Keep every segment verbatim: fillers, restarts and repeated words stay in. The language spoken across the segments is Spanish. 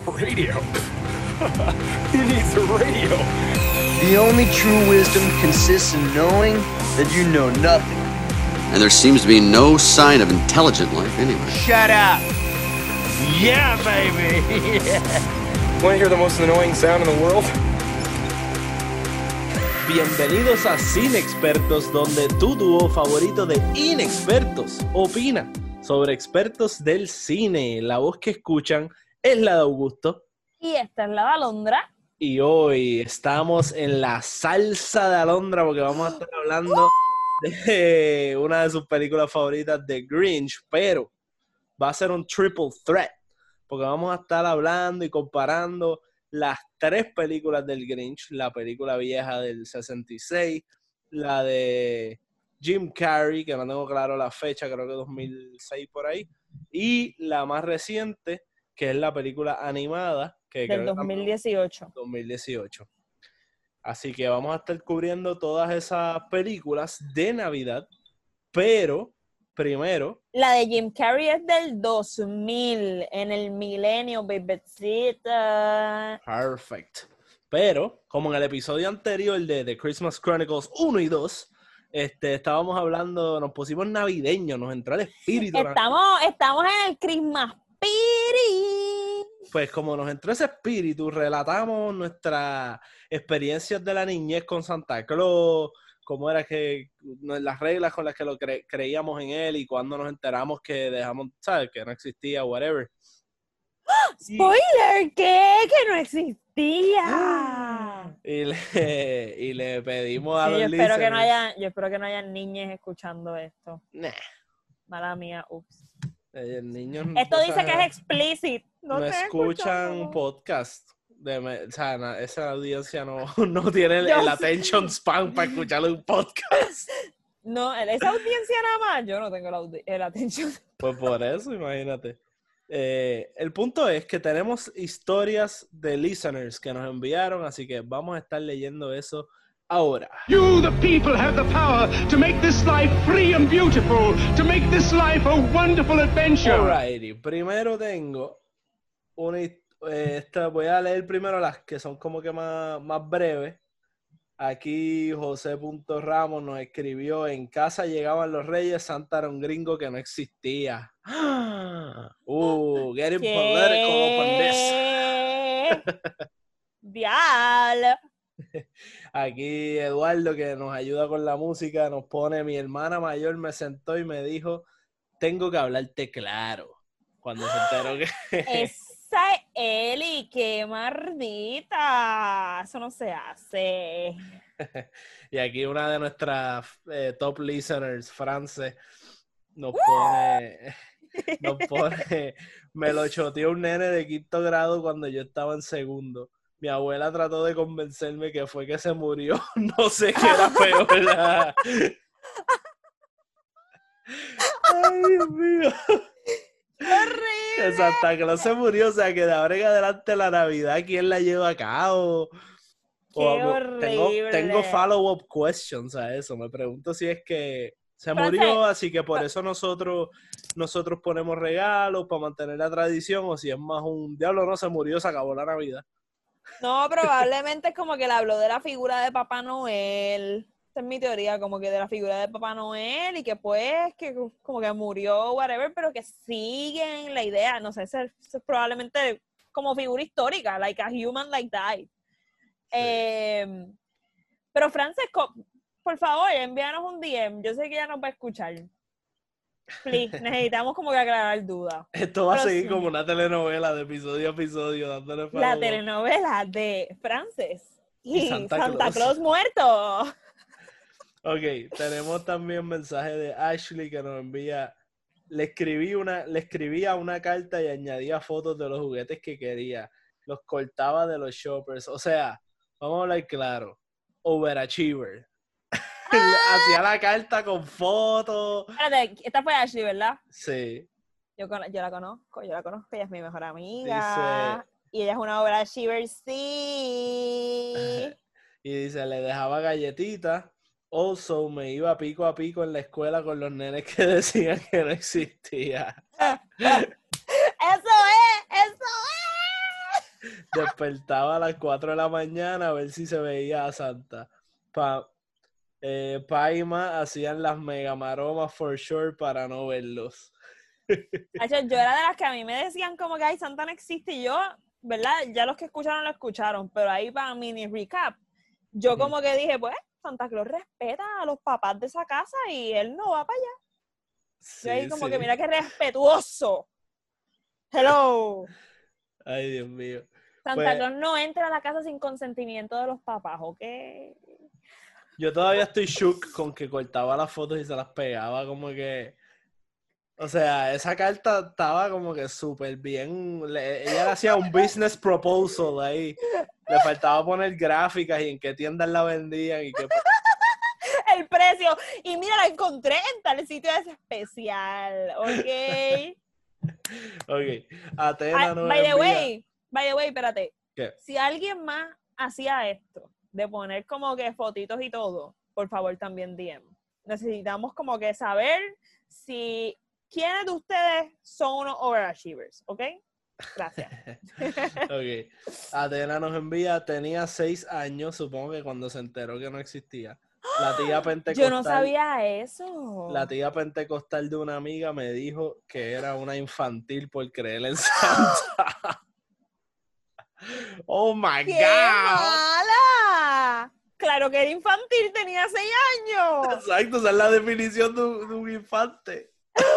Radio? Who needs a radio? The only true wisdom consists in knowing that you know nothing. And there seems to be no sign of intelligent life anyway. Shut up! Yeah, baby! Want to hear the most annoying sound in the world? Bienvenidos a Cinexpertos, donde tu dúo favorito de inexpertos opina sobre expertos del cine. La voz que escuchan es la de Augusto. Y esta es la de Alondra. Y hoy estamos en la salsa de Alondra porque vamos a estar hablando de una de sus películas favoritas, The Grinch, pero va a ser un triple threat porque vamos a estar hablando y comparando las tres películas del Grinch, la película vieja del sesenta y seis, la de Jim Carrey, que no tengo claro la fecha, creo que dos mil seis por ahí, y la más reciente, que es la película animada, que del dos mil dieciocho. dos mil dieciocho. Así que vamos a estar cubriendo todas esas películas de Navidad, pero primero... La de Jim Carrey es del dos mil, en el milenio, bebecita. Perfect. Pero, como en el episodio anterior de The Christmas Chronicles uno y dos, este, estábamos hablando, nos pusimos navideños, nos entró el espíritu. Estamos, estamos en el Christmas Spirit. Pues como nos entró ese espíritu, relatamos nuestras experiencias de la niñez con Santa Claus, cómo era que las reglas con las que lo cre- creíamos en él y cuando nos enteramos que dejamos, ¿sabes? Que no existía, whatever. ¡Spoiler! ¿Qué? Que no existía. Y le, y le pedimos a Sí, los yo espero que no listeners- haya, yo espero que no hayan niñas escuchando esto. Nah, Mala mía, ups. eh, niños Esto de dice esa que edad es explicit. No, no te escuchan escuchando. podcast. De me- o sea, na- esa audiencia no, no tiene el, Yo el sé. attention span para escuchar un podcast. No, esa audiencia nada más, yo no tengo la, audi- la atención. Pues por eso, imagínate. Eh, el punto es que tenemos historias de listeners que nos enviaron, así que vamos a estar leyendo eso ahora. You, the people, have the power to make this life free and beautiful, to make this life a wonderful adventure. Alrighty, primero tengo una his- eh, esta, voy a leer primero las que son como que más, más breves. Aquí José punto Ramos nos escribió: en casa llegaban los reyes, Santa era un gringo que no existía. Uh, getting political up on this. ¿Qué? Dial. Aquí Eduardo, que nos ayuda con la música, nos pone: mi hermana mayor me sentó y me dijo, tengo que hablarte claro. Cuando se enteró que... Esa es Eli, qué mardita. Eso no se hace. Y aquí una de nuestras eh, top listeners, France, nos pone, nos pone, me lo choteó un nene de quinto grado cuando yo estaba en segundo. Mi abuela trató de convencerme que fue que se murió. No sé qué era peor. La... Ay, Dios mío. ¡Horrible! Que Santa Claus se murió, o sea, que de ahora en adelante la Navidad, ¿quién la lleva a cabo? ¡Qué O- tengo, horrible! tengo follow-up questions a eso. Me pregunto si es que se France, murió, así que por pa- eso nosotros, nosotros ponemos regalos para mantener la tradición, o si es más un diablo, no se murió, se acabó la Navidad. No, probablemente es como que le habló de la figura de Papá Noel. Esa es mi teoría, como que de la figura de Papá Noel y que pues, que como que murió, whatever, pero que siguen la idea, no sé, eso es, eso es probablemente como figura histórica, like a human like that. Eh, pero Francesco, por favor, envíanos un D M, yo sé que ella nos va a escuchar. Please, necesitamos como que aclarar dudas. Esto va a Pero seguir sí. como una telenovela de episodio a episodio, dándole La follow-up. telenovela de Frances y, Y Santa Santa, Claus. Claus muerto. Ok, tenemos también mensaje de Ashley que nos envía. Le escribí una, le escribía una carta y añadía fotos de los juguetes que quería. Los cortaba de los shoppers. O sea, vamos a hablar claro. Overachiever. Hacía la carta con fotos. Espérate, esta fue Ashley, ¿verdad? Sí. Yo, cono- yo la conozco, yo la conozco, ella es mi mejor amiga. Dice- Y ella es una overachiever, sí. Y dice, le dejaba galletitas. Also, me iba pico a pico en la escuela con los nenes que decían que no existía. Eso es, eso es. despertaba a las cuatro de la mañana a ver si se veía a Santa. Pa, eh, Pa y Ma hacían las mega maromas for sure para no verlos. Hacho, yo era de las que a mí me decían como que ay, Santa no existe, y yo, ¿verdad? Ya los que escucharon lo escucharon, pero ahí para mini recap, yo como que dije, pues, Santa Claus respeta a los papás de esa casa y él no va para allá. Sí, Y ahí como sí. que mira qué respetuoso. Hello. Ay, Dios mío. Santa Pues, Claus no entra a la casa sin consentimiento de los papás, ¿ok? yo todavía estoy shook con que cortaba las fotos y se las pegaba como que... O sea, esa carta estaba como que súper bien. Le- ella le hacía un business proposal ahí. Le faltaba poner gráficas y en qué tiendas la vendían y qué... El precio. Y mira, la encontré en tal sitio es especial, ¿ok? Ok. Atena Ah, nos by the envía... way, by the way, espérate. ¿Qué? Si alguien más hacía esto, de poner como que fotitos y todo, por favor también D M. Necesitamos como que saber si quiénes de ustedes son unos overachievers, ¿ok? Gracias. Ok. Atena nos envía, tenía seis años, supongo que cuando se enteró que no existía. La tía pentecostal... Yo no sabía eso. La tía pentecostal de una amiga me dijo que era una infantil por creer en Santa. ¡Oh, my ¡Qué God! mala! Claro que era infantil, tenía seis años. Exacto, esa es la definición de un, de un infante.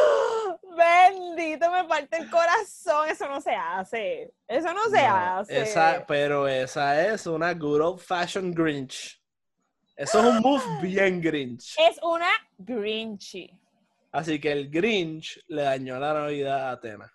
Bendito, me parte el corazón. Eso no se hace. Eso no se No, hace. esa, pero esa es una good old fashioned Grinch. Eso es un move bien Grinch. Es una Grinchy. Así que el Grinch le dañó la Navidad a Atena.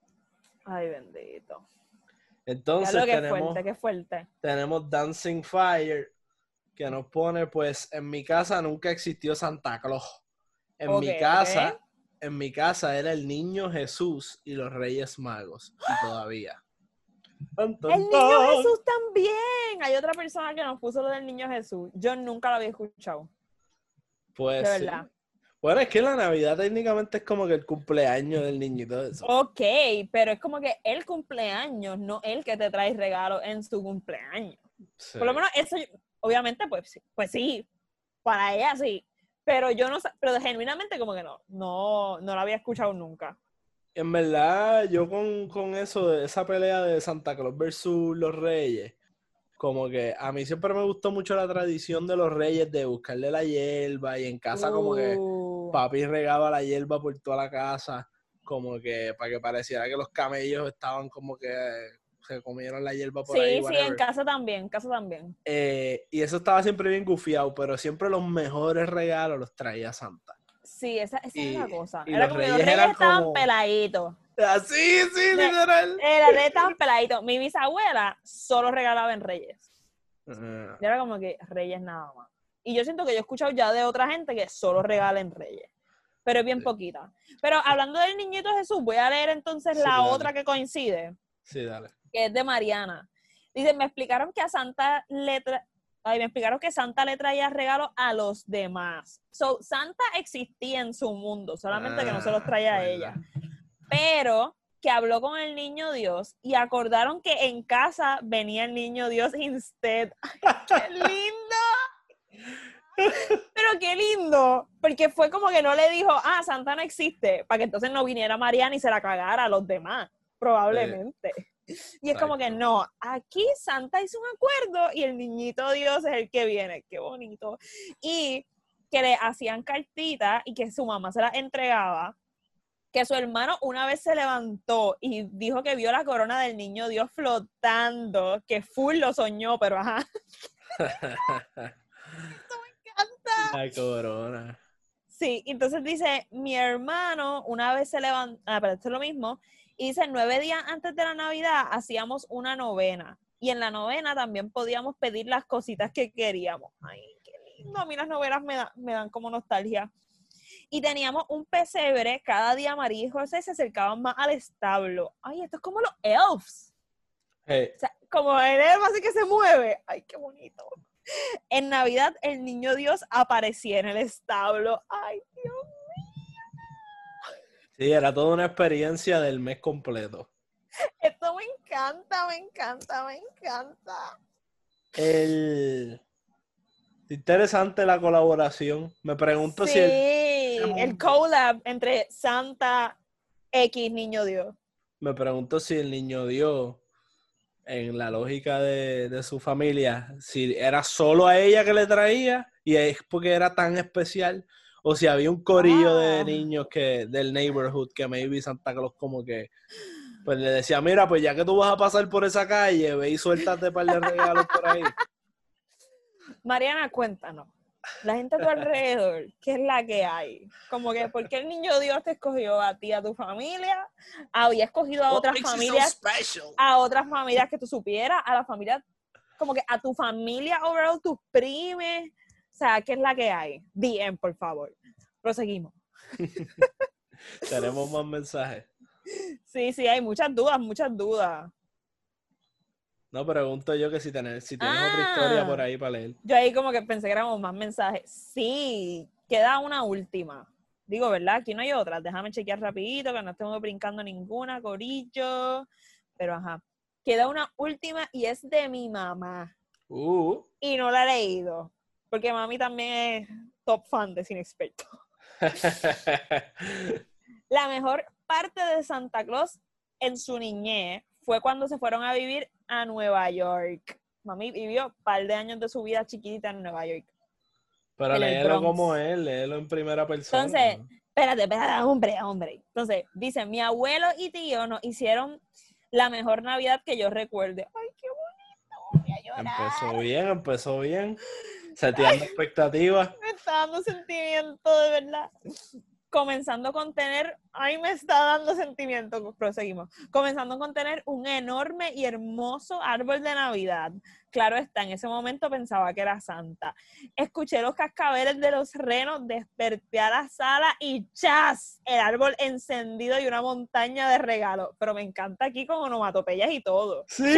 Ay, bendito. Entonces Ya lo que tenemos, fuerte, qué fuerte. tenemos Dancing Fire, que nos pone, pues, en mi casa nunca existió Santa Claus. En Ok, mi casa, ok. en mi casa era el niño Jesús y los Reyes Magos. Y todavía. Tan, tan, El niño tan. Jesús también. Hay otra persona que nos puso lo del niño Jesús. Yo nunca lo había escuchado. Pues De sí. verdad. Bueno, es que la Navidad técnicamente es como que el cumpleaños del niño y todo eso. Ok, pero es como que el cumpleaños, no el que te trae regalo en su cumpleaños. Sí. Por lo menos eso, yo- obviamente, pues, sí, pues sí, para ella sí. Pero yo no sé, pero genuinamente como que no, no, no lo había escuchado nunca. En verdad, yo con, con eso, de esa pelea de Santa Claus versus los Reyes, como que a mí siempre me gustó mucho la tradición de los Reyes de buscarle la hierba y en casa como que Uh, papi regaba la hierba por toda la casa, como que para que pareciera que los camellos estaban como que se comieron la hierba por sí, ahí, sí, whatever. en casa también, en casa también. Eh, y eso estaba siempre bien gufiado, pero siempre los mejores regalos los traía Santa. Sí, esa, esa Y- era la cosa. y Era los como que los reyes reyes eran estaban como- peladitos. Así, sí, De- literal. Era reyes estaban peladitos. Mi bisabuela solo regalaba en reyes. Ah, Y era como que reyes nada más. Y yo siento que yo he escuchado ya de otra gente que solo regala en reyes. Pero es bien Sí. poquita. Pero hablando del niñito Jesús, voy a leer entonces Sí, la dale. otra que coincide, sí, dale. que es de Mariana. Dice, me explicaron que a Santa le tra- Ay, me explicaron que Santa le traía regalos a los demás. So, Santa existía en su mundo, solamente que no se los traía a Ah, ella. verdad. Pero que habló con el niño Dios y acordaron que en casa venía el niño Dios instead. ¡Ay, qué lindo! Pero qué lindo, porque fue como que no le dijo, ah, Santa no existe, para que entonces no viniera Mariana y se la cagara a los demás, probablemente. Y es como que Exacto. no, aquí Santa hizo un acuerdo y el niñito Dios es el que viene, qué bonito. Y que le hacían cartitas y que su mamá se las entregaba, que su hermano una vez se levantó y dijo que vio la corona del niño Dios flotando, que full lo soñó, pero ajá. La corona. Sí, entonces dice, mi hermano una vez se levantó, ah, pero esto es lo mismo, y dice, nueve días antes de la Navidad hacíamos una novena, y en la novena también podíamos pedir las cositas que queríamos. Ay, qué lindo, a mí las novenas me, da- me dan como nostalgia. Y teníamos un pesebre, cada día María y José se acercaban más al establo. Ay, esto es como los elves. Hey, O sea, como el elfo así que se mueve. Ay, qué bonito. En Navidad el niño Dios aparecía en el establo. Ay, Dios. sí, era toda una experiencia del mes completo. Esto me encanta, me encanta, me encanta. El... Interesante la colaboración. Me pregunto Sí, si el... el collab entre Santa X Niño Dios. Me pregunto si el niño Dios, en la lógica de, de su familia, si era solo a ella que le traía y es porque era tan especial, o si había un corillo Ah. de niños que del neighborhood que maybe Santa Claus como que pues le decía, mira, pues ya que tú vas a pasar por esa calle, ve y suéltate para de regalos por ahí. Mariana, cuéntanos. La gente a tu alrededor, ¿qué es la que hay? Como que, ¿por qué el niño Dios te escogió a ti, a tu familia? Había escogido a otras familias, a otras familias que tú supieras, a la familia, como que a tu familia overall, tus primes. O sea, ¿qué es la que hay? D M, por favor. Proseguimos. Tenemos más mensajes. Sí, sí, hay muchas dudas, muchas dudas. No, pregunto yo que si tenés, si tienes Ah. otra historia por ahí para leer. Yo ahí como que pensé que éramos más mensajes. Sí, queda una última. Digo, ¿verdad? Aquí no hay otras. Déjame chequear rapidito, que no estemos brincando ninguna, corillo. Pero ajá. Queda una última y es de mi mamá. Uh. Y no la he leído. Porque mami también es top fan de Cine Experto. La mejor parte de Santa Claus en su niñez fue cuando se fueron a vivir a Nueva York. Mami vivió un par de años de su vida chiquitita en Nueva York. Pero en el léelo Bronx. como es, léelo en primera persona. Entonces, ¿no? espérate, espérate, hombre, hombre. Entonces, dice, mi abuelo y tío nos hicieron la mejor Navidad que yo recuerde. Ay, qué bonito, voy a llorar. Empezó bien, empezó bien. Seteando expectativas. Me está dando sentimiento, de verdad. Comenzando con tener, ay, me está dando sentimiento, proseguimos. Comenzando con tener un enorme y hermoso árbol de Navidad. Claro está, en ese momento pensaba que era Santa. Escuché los cascabeles de los renos, desperté a la sala y ¡chas! El árbol encendido y una montaña de regalos. Pero me encanta aquí con onomatopeyas y todo. ¡Sí!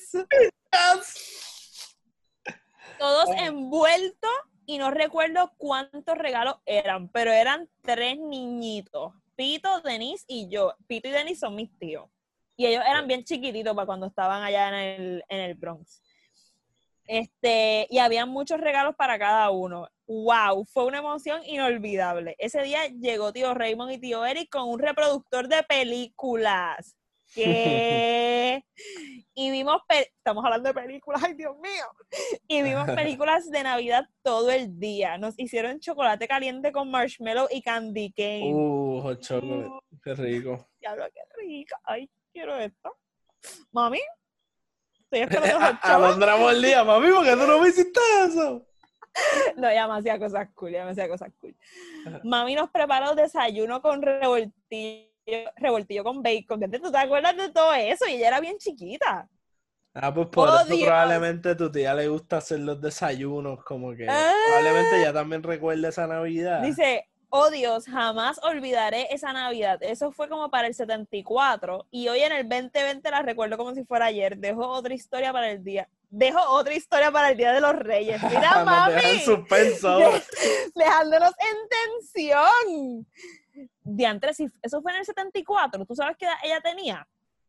¡Chas! Todos envueltos. Y no recuerdo cuántos regalos eran, pero eran tres niñitos. Pito, Denise y yo. Pito y Denise son mis tíos. Y ellos eran bien chiquititos para cuando estaban allá en el, en el Bronx. Este, y había muchos regalos para cada uno. ¡Wow! Fue una emoción inolvidable. Ese día llegó tío Raymond y tío Eric con un reproductor de películas. ¿Qué? Y vimos, pe- estamos hablando de películas, ¡ay Dios mío! Y vimos películas de Navidad todo el día. Nos hicieron chocolate caliente con marshmallow y candy cane. Uh, hot chocolate. Qué rico. Diablo, qué rica. Ay, quiero esto. Mami, estoy esperando hot chocolate. Alondra mordida, mami, ¿por qué tú no me hiciste eso? No, ya me hacía cosas cool, ya me hacía cosas cool. Mami nos preparó desayuno con revoltillo. revoltillo con bacon. ¿Tú te acuerdas de todo eso? Y ella era bien chiquita. Ah, pues por ¡Oh, eso Dios! probablemente a tu tía le gusta hacer los desayunos, como que Ah. probablemente ella también recuerda esa Navidad. Dice, oh Dios, jamás olvidaré esa Navidad. Eso fue como para el setenta y cuatro y hoy en el veinte veinte la recuerdo como si fuera ayer. Dejo otra historia para el día. Dejo otra historia para el Día de los Reyes. Mira, Nos mami. deja en suspenso ahora. Dejándonos en tensión. Diantre, si eso fue en el setenta y cuatro, ¿tú sabes qué edad ella tenía?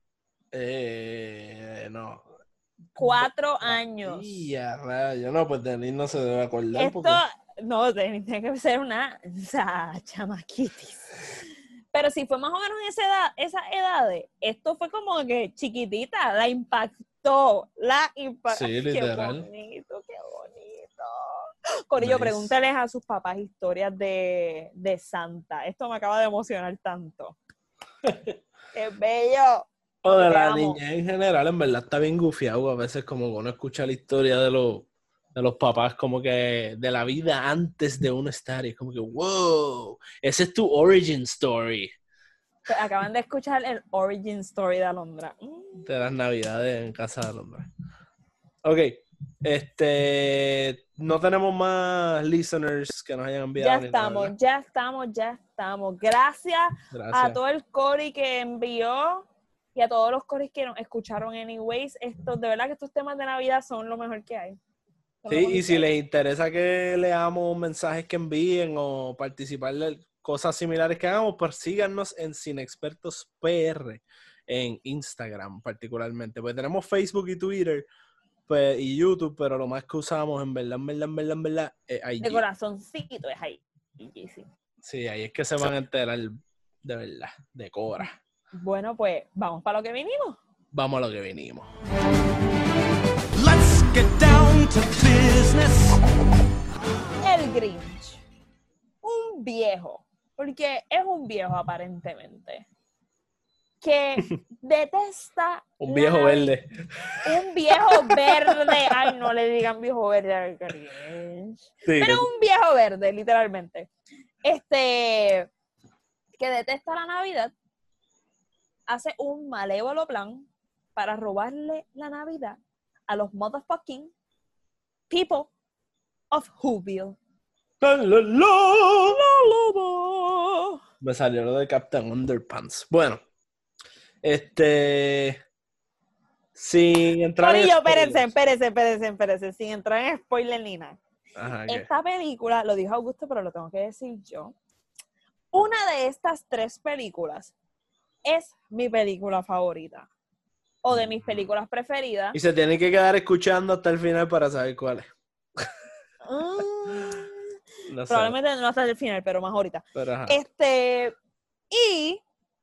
Eh, no. Cuatro años. Ya, rayo. No, pues Denis no se debe acordar. Esto, Porque... no, tiene que ser una, o sea, chamaquitis. Pero si fue más o menos en esa edad, esas edades, esto fue como que chiquitita, la impactó, la impactó. Sí, literal. Qué bonito, qué bonito. Corillo, Nice. pregúntales a sus papás historias de, de Santa. Esto me acaba de emocionar tanto. ¡Qué bello! O de Te la amo. niña en general, en verdad está bien gufiado. A veces como que uno escucha la historia de los, de los papás como que de la vida antes de uno estar y es como que, wow, ese es tu origin story Pues acaban de escuchar el origin story de Alondra. Mm. de las navidades en casa de Londres. Ok, este, no tenemos más listeners que nos hayan enviado. Ya ni nada, estamos, ¿verdad? ya estamos, ya estamos. Gracias, Gracias. a todo el Cori que envió y a todos los Coris que nos escucharon anyways. Estos, de verdad que estos temas de Navidad son lo mejor que hay. Son lo Sí, mejor y que si hay. les interesa que leamos mensajes que envíen o participar de cosas similares que hagamos, pues síganos en Cinexpertos P R en Instagram particularmente. Pues tenemos Facebook y Twitter pues, y YouTube, pero lo más que usamos en verdad, en verdad, en verdad, en verdad, es I G. De corazoncito es ahí. Sí. Sí, ahí es que se van a enterar de verdad, de Cora. Bueno, pues vamos para lo que vinimos. Vamos a lo que vinimos. Let's get down to business. El Grinch. Un viejo, porque es un viejo aparentemente, que detesta... Un viejo la- verde. Un viejo verde. Ay, no le digan viejo verde al Grinch. Sí, Pero que- un viejo verde, literalmente. Este, que detesta la Navidad, hace un malévolo plan para robarle la Navidad a los motherfucking people of Whoville. La, la, la. Me salió lo de Captain Underpants. Bueno, este. Sin entrar en Corillo, spoilers. espérense, espérense, espérense, espérense, sin entrar en spoiler ni nada. Ajá, ¿qué? Esta película, lo dijo Augusto, pero lo tengo que decir yo. Una de estas tres películas es mi película favorita. O de mis películas preferidas. Y se tiene que quedar escuchando hasta el final para saber cuál es. Mm, No sé, probablemente no hasta el final, pero más ahorita. pero ajá. Este, y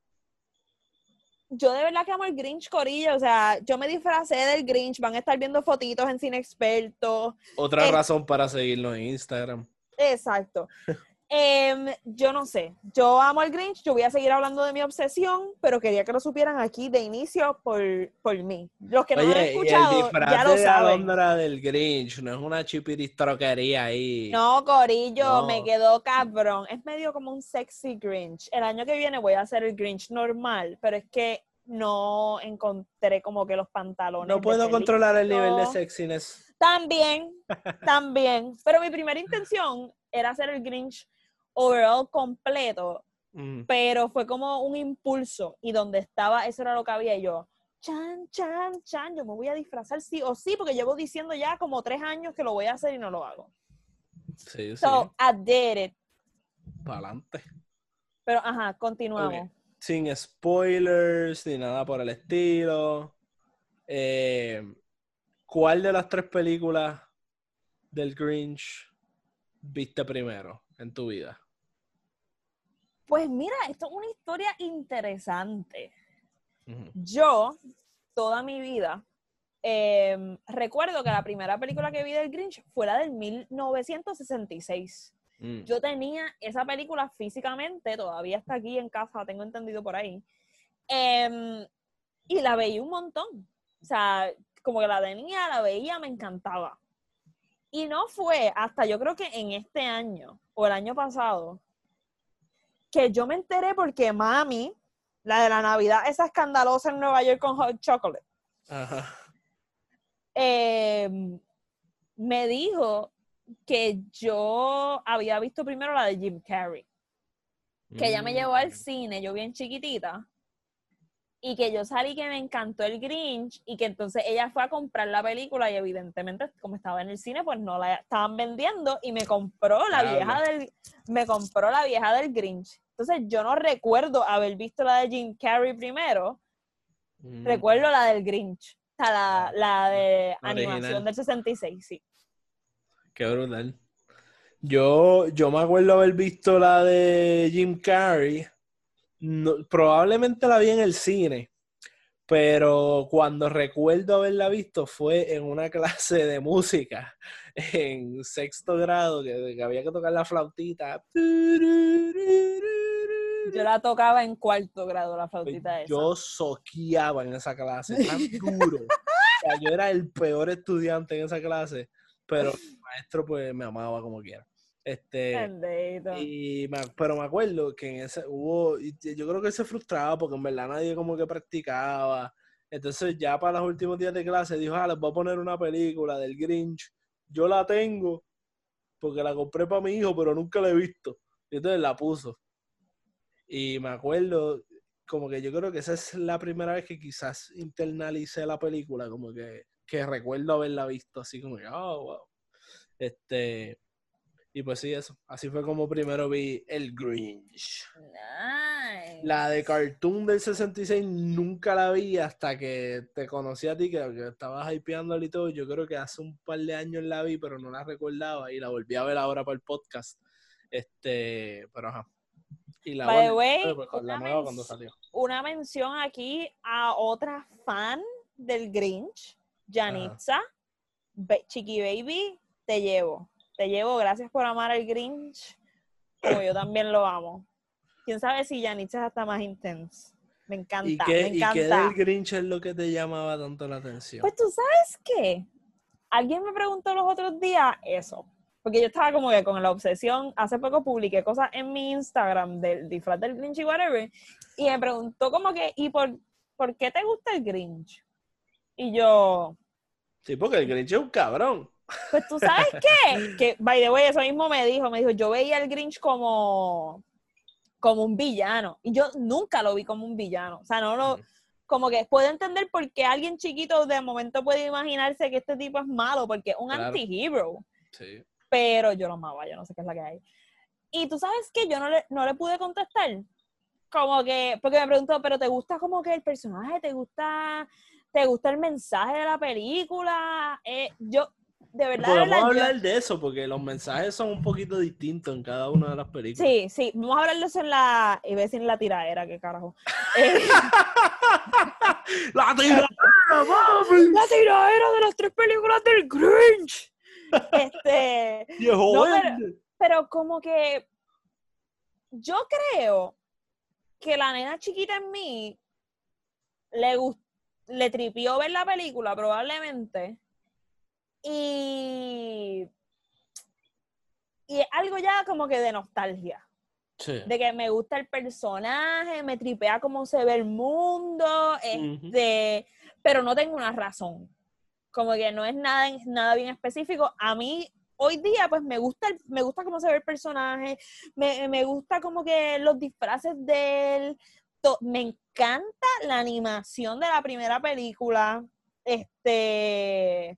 yo de verdad que amo el Grinch, corillo. O sea, yo me disfracé del Grinch. Van a estar viendo fotitos en Cine Experto. Otra es- razón para seguirlo en Instagram. Exacto. Em, yo no sé. Yo amo al Grinch. Yo voy a seguir hablando de mi obsesión, pero quería que lo supieran aquí de inicio por, por mí. Los que no lo han Oye, y el escuchado disfraz ya lo de saben. Alondra del Grinch no es una chipiristroquería ahí. No, corillo, No. me quedó cabrón. Es medio como un sexy Grinch. El año que viene voy a hacer el Grinch normal, pero es que no encontré como que los pantalones. No de puedo pelito. controlar el nivel de sexiness. También, también. Pero mi primera intención era hacer el Grinch overall completo, Mm. pero fue como un impulso. Y donde estaba, eso era lo que había. Y yo, chan, chan, chan, yo me voy a disfrazar sí o sí, porque llevo diciendo ya como tres años que lo voy a hacer y no lo hago. Sí, sí. So, I did it. Para adelante. Pero, ajá, continuamos. Ok. Sin spoilers ni nada por el estilo. Eh, ¿Cuál de las tres películas del Grinch viste primero en tu vida? Pues mira, esto es una historia interesante. Ujú. Yo, toda mi vida, eh, recuerdo que la primera película que vi del Grinch fue la del mil novecientos sesenta y seis. Mm. Yo tenía esa película físicamente, todavía está aquí en casa, la tengo entendido por ahí, eh, y la veía un montón. O sea, como que la tenía, la veía, me encantaba. Y no fue hasta yo creo que en este año, o el año pasado, que yo me enteré porque mami, la de la Navidad, esa escandalosa en Nueva York con Hot Chocolate, Ajá. eh, me dijo que yo había visto primero la de Jim Carrey, que ella me llevó al cine, yo bien chiquitita, y que yo salí que me encantó el Grinch, y que entonces ella fue a comprar la película y evidentemente como estaba en el cine pues no la estaban vendiendo y me compró la Diablo. vieja del me compró la vieja del Grinch. Entonces yo no recuerdo haber visto la de Jim Carrey primero, Mm. recuerdo la del Grinch, o sea, la, la de Original. animación del sesenta y seis, sí. Qué brutal. Yo, yo me acuerdo haber visto la de Jim Carrey. No, probablemente la vi en el cine, pero cuando recuerdo haberla visto fue en una clase de música en sexto grado que, que había que tocar la flautita. Yo la tocaba en cuarto grado, la flautita esa. Yo soqueaba en esa clase, tan duro. O sea, yo era el peor estudiante en esa clase, pero el maestro pues me amaba como quiera. Este, Bendito. y me, pero me acuerdo que en ese hubo, y yo creo que él se frustraba porque en verdad nadie como que practicaba. Entonces ya para los últimos días de clase dijo, ah, les voy a poner una película del Grinch. Yo la tengo porque la compré para mi hijo, pero nunca la he visto. Y entonces la puso. Y me acuerdo, como que yo creo que esa es la primera vez que quizás internalicé la película, como que, que recuerdo haberla visto así como que, oh, wow. Este, Y pues sí, eso. Así fue como primero vi el Grinch. Nice. La de Cartoon del sesenta y seis nunca la vi hasta que te conocí a ti, que, que estabas hypeándola y todo. Yo creo que hace un par de años la vi, pero no la recordaba y la volví a ver ahora para el podcast. Este, pero ajá. Y la By the volví way, a ver, pues, con la una, nueva men- cuando salió. una mención aquí a otra fan del Grinch, Janitza. Ba- Chiqui Baby, te llevo. Te llevo, gracias por amar al Grinch, como yo también lo amo. Quién sabe si Janitza es hasta más intenso. Me encanta, ¿Y qué, me ¿Y qué encanta. del Grinch es lo que te llamaba tanto la atención? Pues tú sabes qué, alguien me preguntó los otros días eso, porque yo estaba como que con la obsesión, hace poco publiqué cosas en mi Instagram del disfraz del Grinch y whatever, y me preguntó como que, ¿y por, por qué te gusta el Grinch? Y yo, Sí, porque el Grinch es un cabrón. pues tú sabes qué, que by the way, eso mismo me dijo, me dijo, yo veía al Grinch como, como un villano, y yo nunca lo vi como un villano, o sea, no lo... Como que puedo entender por qué alguien chiquito de momento puede imaginarse que este tipo es malo, porque es un Claro. anti-hero. Sí. Pero yo lo amaba, yo no sé qué es la que hay. Y tú sabes que yo no le, no le pude contestar. Como que, porque me preguntó, ¿pero te gusta como que el personaje? ¿Te gusta, te gusta el mensaje de la película? Eh, yo, de verdad, de Podemos verdad, yo- hablar de eso, porque los mensajes son un poquito distintos en cada una de las películas. Sí, sí, vamos a hablar de eso en la, iba a decir en la tiradera, qué carajo. Eh, ¡La tiradera, mami! la tiradera de las tres películas del Grinch. Este, ¡Viejo no, pero, verde! pero como que yo creo que la nena chiquita en mí le gust- le tripió ver la película probablemente y y es algo ya como que de nostalgia. Sí. De que me gusta el personaje, me tripea cómo se ve el mundo, este, pero no tengo una razón. Como que no es nada, nada bien específico. A mí, hoy día, pues me gusta, el, me gusta cómo se ve el personaje, me, me gusta como que los disfraces de él. To, me encanta la animación de la primera película. Este.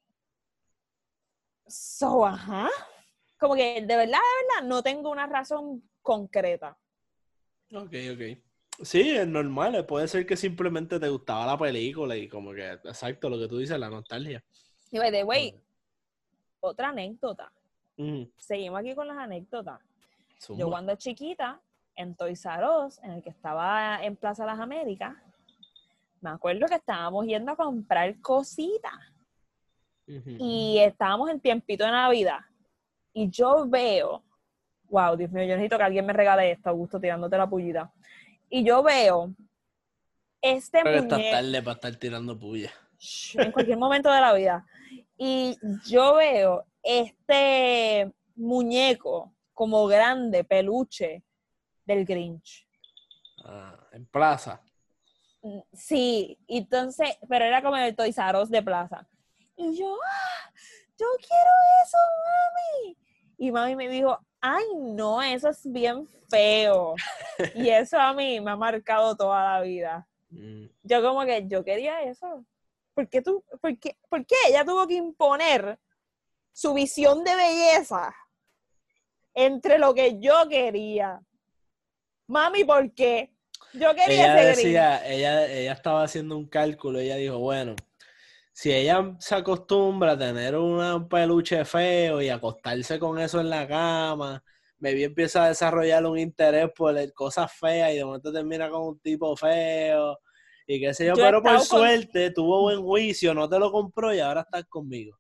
So, ajá. Como que de verdad, de verdad, no tengo una razón concreta. Ok, ok. Sí, es normal. Puede ser que simplemente te gustaba la película y como que, exacto, lo que tú dices, la nostalgia. Y by the way, otra anécdota. Mm. Seguimos aquí con las anécdotas. Zumba. Yo cuando chiquita, en Toys R Us, en el que estaba en Plaza Las Américas, me acuerdo que estábamos yendo a comprar cositas. Ujú. Y estábamos en tiempito de Navidad. Y yo veo, wow, Dios mío, yo necesito que alguien me regale esto, Augusto, tirándote la pullita. Y yo veo este Creo que estás muñeco, tarde para estar tirando puya. en cualquier momento de la vida, y yo veo este muñeco como grande, peluche, del Grinch. Ah, en plaza. Sí, entonces, pero era como el Toys R Us de Plaza. Y yo, ¡ah! Yo quiero eso, mami. Y mami me dijo, ay, no, eso es bien feo. Y eso a mí me ha marcado toda la vida. Mm. Yo como que, yo quería eso. ¿Por qué tú, por qué, por qué ella tuvo que imponer su visión de belleza entre lo que yo quería? Mami, ¿por qué? Yo quería Ella ese Grinch. decía, ella, ella estaba haciendo un cálculo, ella dijo, bueno, si ella se acostumbra a tener una- un peluche feo y acostarse con eso en la cama, maybe empieza a desarrollar un interés por el- cosas feas y de momento termina con un tipo feo y qué sé yo, Yo he pero por estado con- suerte tuvo buen juicio, no te lo compró y ahora estás conmigo.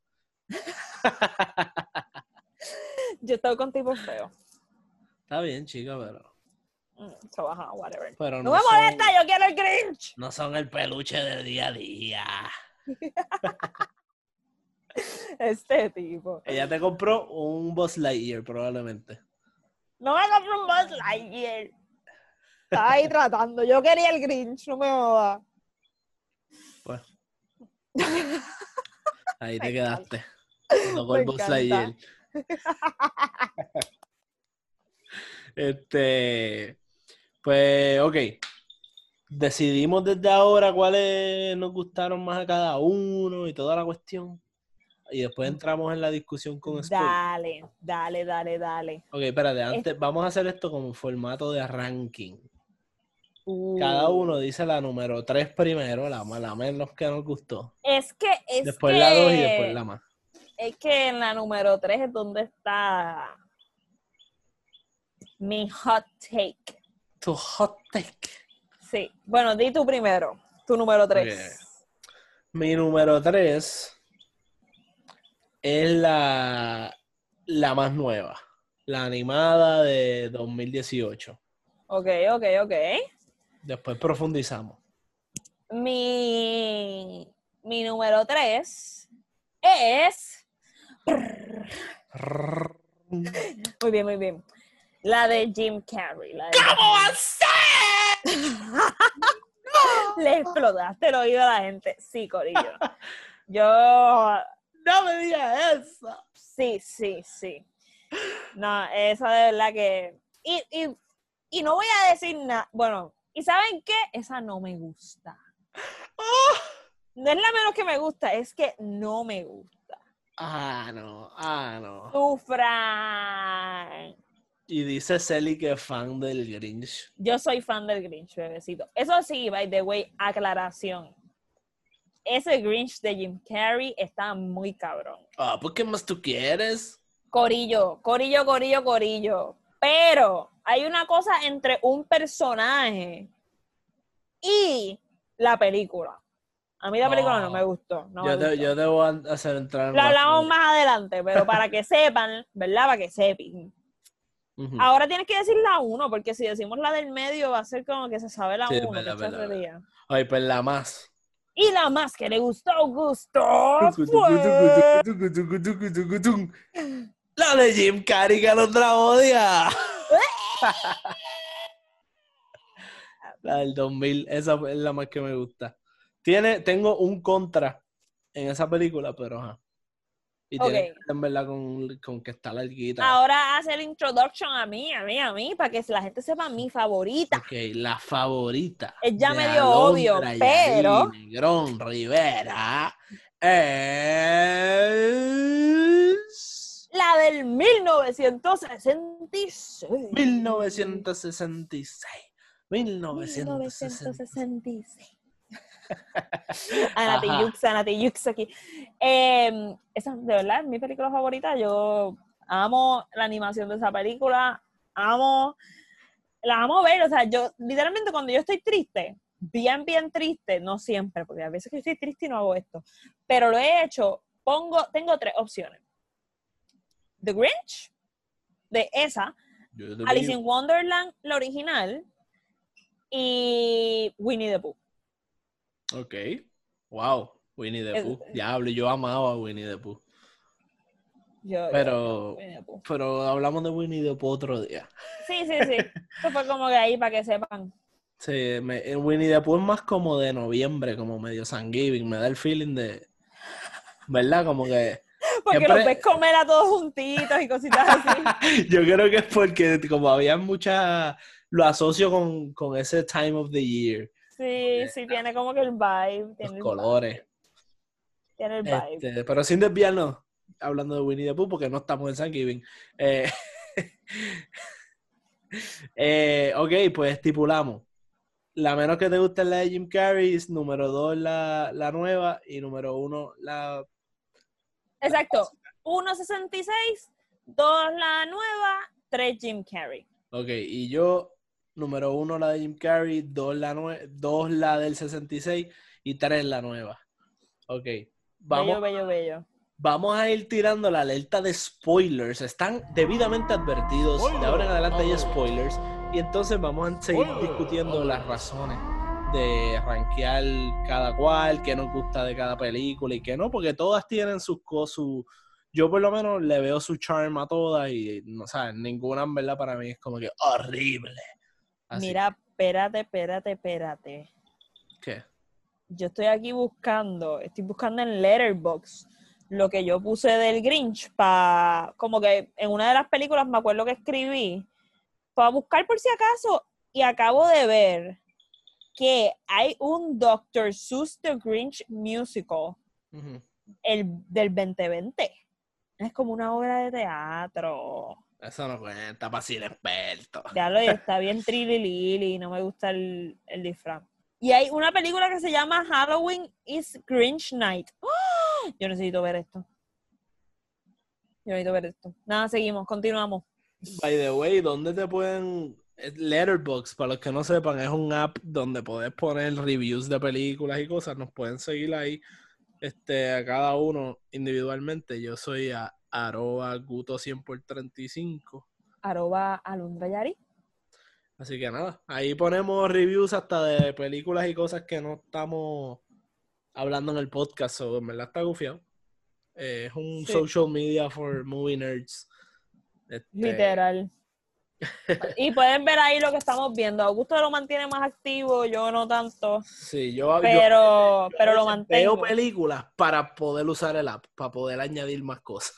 Yo estaba con tipos feos. Está bien, chica, pero, Mm, so, ajá, whatever. pero No no, me son, molesta, yo quiero el Grinch. no son el peluche de día a día. Este tipo. Ella te compró un Buzz Lightyear probablemente. No me compré un Buzz Lightyear. Estaba ahí tratando. Yo quería el Grinch, no me jodas. Pues. Ahí te Me quedaste. Te tocó el Me Buzz encanta. Lightyear. Este, pues, ok. Decidimos desde ahora cuáles nos gustaron más a cada uno y toda la cuestión. y después entramos en la discusión con spoilers. Dale, dale, dale, dale. Ok, espérate, antes vamos a hacer esto como formato de ranking. Uh. Cada uno dice la número tres primero, la, la menos que nos gustó. Es que, es Después que... la dos y después la más. Es que en la número tres es donde está mi hot take. Tu hot take. Sí. Bueno, di tú primero. Tu número tres. Okay. Mi número tres es la, la más nueva. La animada de dos mil dieciocho. Ok, ok, ok. Después profundizamos. Mi, mi número tres es... Muy bien, muy bien. La de Jim Carrey. La de ¿Cómo así? Le explotaste el oído a la gente. Sí, corillo. Yo... No me digas eso. Sí, sí, sí. No, esa de verdad que... Y, y, y no voy a decir nada. Bueno, ¿y saben qué? Esa no me gusta. Oh. No es la menos que me gusta, es que no me gusta. Ah, no, ah, no. Sufran. Y dice Celi que es fan del Grinch. Yo soy fan del Grinch, bebecito. Eso sí, by the way, aclaración. Ese Grinch de Jim Carrey está muy cabrón. Ah, ¿por qué más tú quieres? Corillo, corillo, corillo, corillo. Pero hay una cosa entre un personaje y la película. A mí la película Oh, no me gustó. No yo, me te, gustó. yo debo hacer entrar en Lo hablamos razón. más adelante, pero para que sepan, ¿verdad? Para que sepan. Uh-huh. Ahora tienes que decir la uno, porque si decimos la del medio va a ser como que se sabe la Sí, uno. verdad, Qué verdad, charrería. Ay, pues la más. Y la más que le gustó, gustó fue... La de Jim Carrey, que Alondra odia. La del dos mil, esa es la más que me gusta. Tiene, tengo un contra en esa película, pero ajá. Y Ok. tiene que ver, en verdad con, con que está larguita. Ahora hace el introduction a mí, a mí, a mí, para que la gente sepa mi favorita. Ok, la favorita. Es ya de medio Alondra obvio, Yair pero- Negrón Rivera es... La del mil novecientos sesenta y seis. mil novecientos sesenta y seis. mil novecientos sesenta y seis. mil novecientos sesenta y seis. Anati Ajá. Yux, Anati Yux aquí. Eh, esa de verdad es mi película favorita. Yo amo la animación de esa película. Amo, la amo ver. O sea, yo literalmente cuando yo estoy triste, bien, bien triste, no siempre, porque a veces que estoy triste y no hago esto, pero lo he hecho, pongo, tengo tres opciones. The Grinch, de esa, Yo te Alice digo- in Wonderland, la original, y Winnie the Pooh. Ok. Wow. Winnie the Es- Pooh. Diablo, yo amaba a Winnie the Pooh. Yo- Pero, yo- Winnie the Pooh. pero hablamos de Winnie the Pooh otro día. Sí, sí, sí. Eso fue como que ahí para que sepan. Sí, me, el Winnie the Pooh es más como de noviembre, como medio Thanksgiving. Me da el feeling de... ¿Verdad? Como que... Porque Siempre- los ves comer a todos juntitos y cositas así. Yo creo que es porque como había mucha... Lo asocio con, con ese time of the year. Sí, sí, tiene como que el vibe. Tiene Los el colores. vibe, Tiene el vibe. Este, pero sin desviarnos, hablando de Winnie the Pooh, porque no estamos en Thanksgiving. Eh, eh, ok, pues estipulamos. La menos que te gusta es la de Jim Carrey, número dos la, la nueva y número uno la... Exacto. uno sesenta y seis, dos la nueva, tres Jim Carrey. Ok, y yo, número uno la de Jim Carrey, dos la, nue- dos la del sesenta y seis y tres la nueva. Ok, vamos, Bello, bello, bello. vamos a ir tirando la alerta de spoilers. Están debidamente advertidos. De ahora en adelante hay spoilers. Y entonces vamos a seguir discutiendo las razones de rankear cada cual, qué nos gusta de cada película y qué no, porque todas tienen sus cosas. Yo por lo menos le veo su charm a todas y no sabes, ninguna en verdad para mí es como que horrible. Así. Mira, espérate, espérate, espérate. ¿Qué? Yo estoy aquí buscando, estoy buscando en Letterboxd lo que yo puse del Grinch para, como que en una de las películas me acuerdo que escribí, para buscar por si acaso, y acabo de ver que hay un doctor Seuss The Grinch musical Ujú. el del veinte veinte. Es como una obra de teatro. Eso no cuenta para ser experto. Ya lo está bien trililili, no me gusta el, el disfraz. Y hay una película que se llama Halloween is Grinch Night. ¡Oh! Yo necesito ver esto. Yo necesito ver esto. Nada, seguimos, continuamos. By the way, ¿dónde te pueden...? Letterboxd, para los que no sepan, es un app donde puedes poner reviews de películas y cosas. Nos pueden seguir ahí este, a cada uno individualmente. Yo soy a arroba guto cien por treinta y cinco. Arroba Alundra Yari. Así que nada, ahí ponemos reviews hasta de películas y cosas que no estamos hablando en el podcast. So, en verdad está gufiado. Eh, es un Sí. social media for movie nerds. Este, Literal. Y pueden ver ahí lo que estamos viendo. Augusto lo mantiene más activo, yo no tanto. Sí, yo, yo- Pero, yo pero a lo veces mantengo. Veo películas para poder usar el app, para poder añadir más cosas.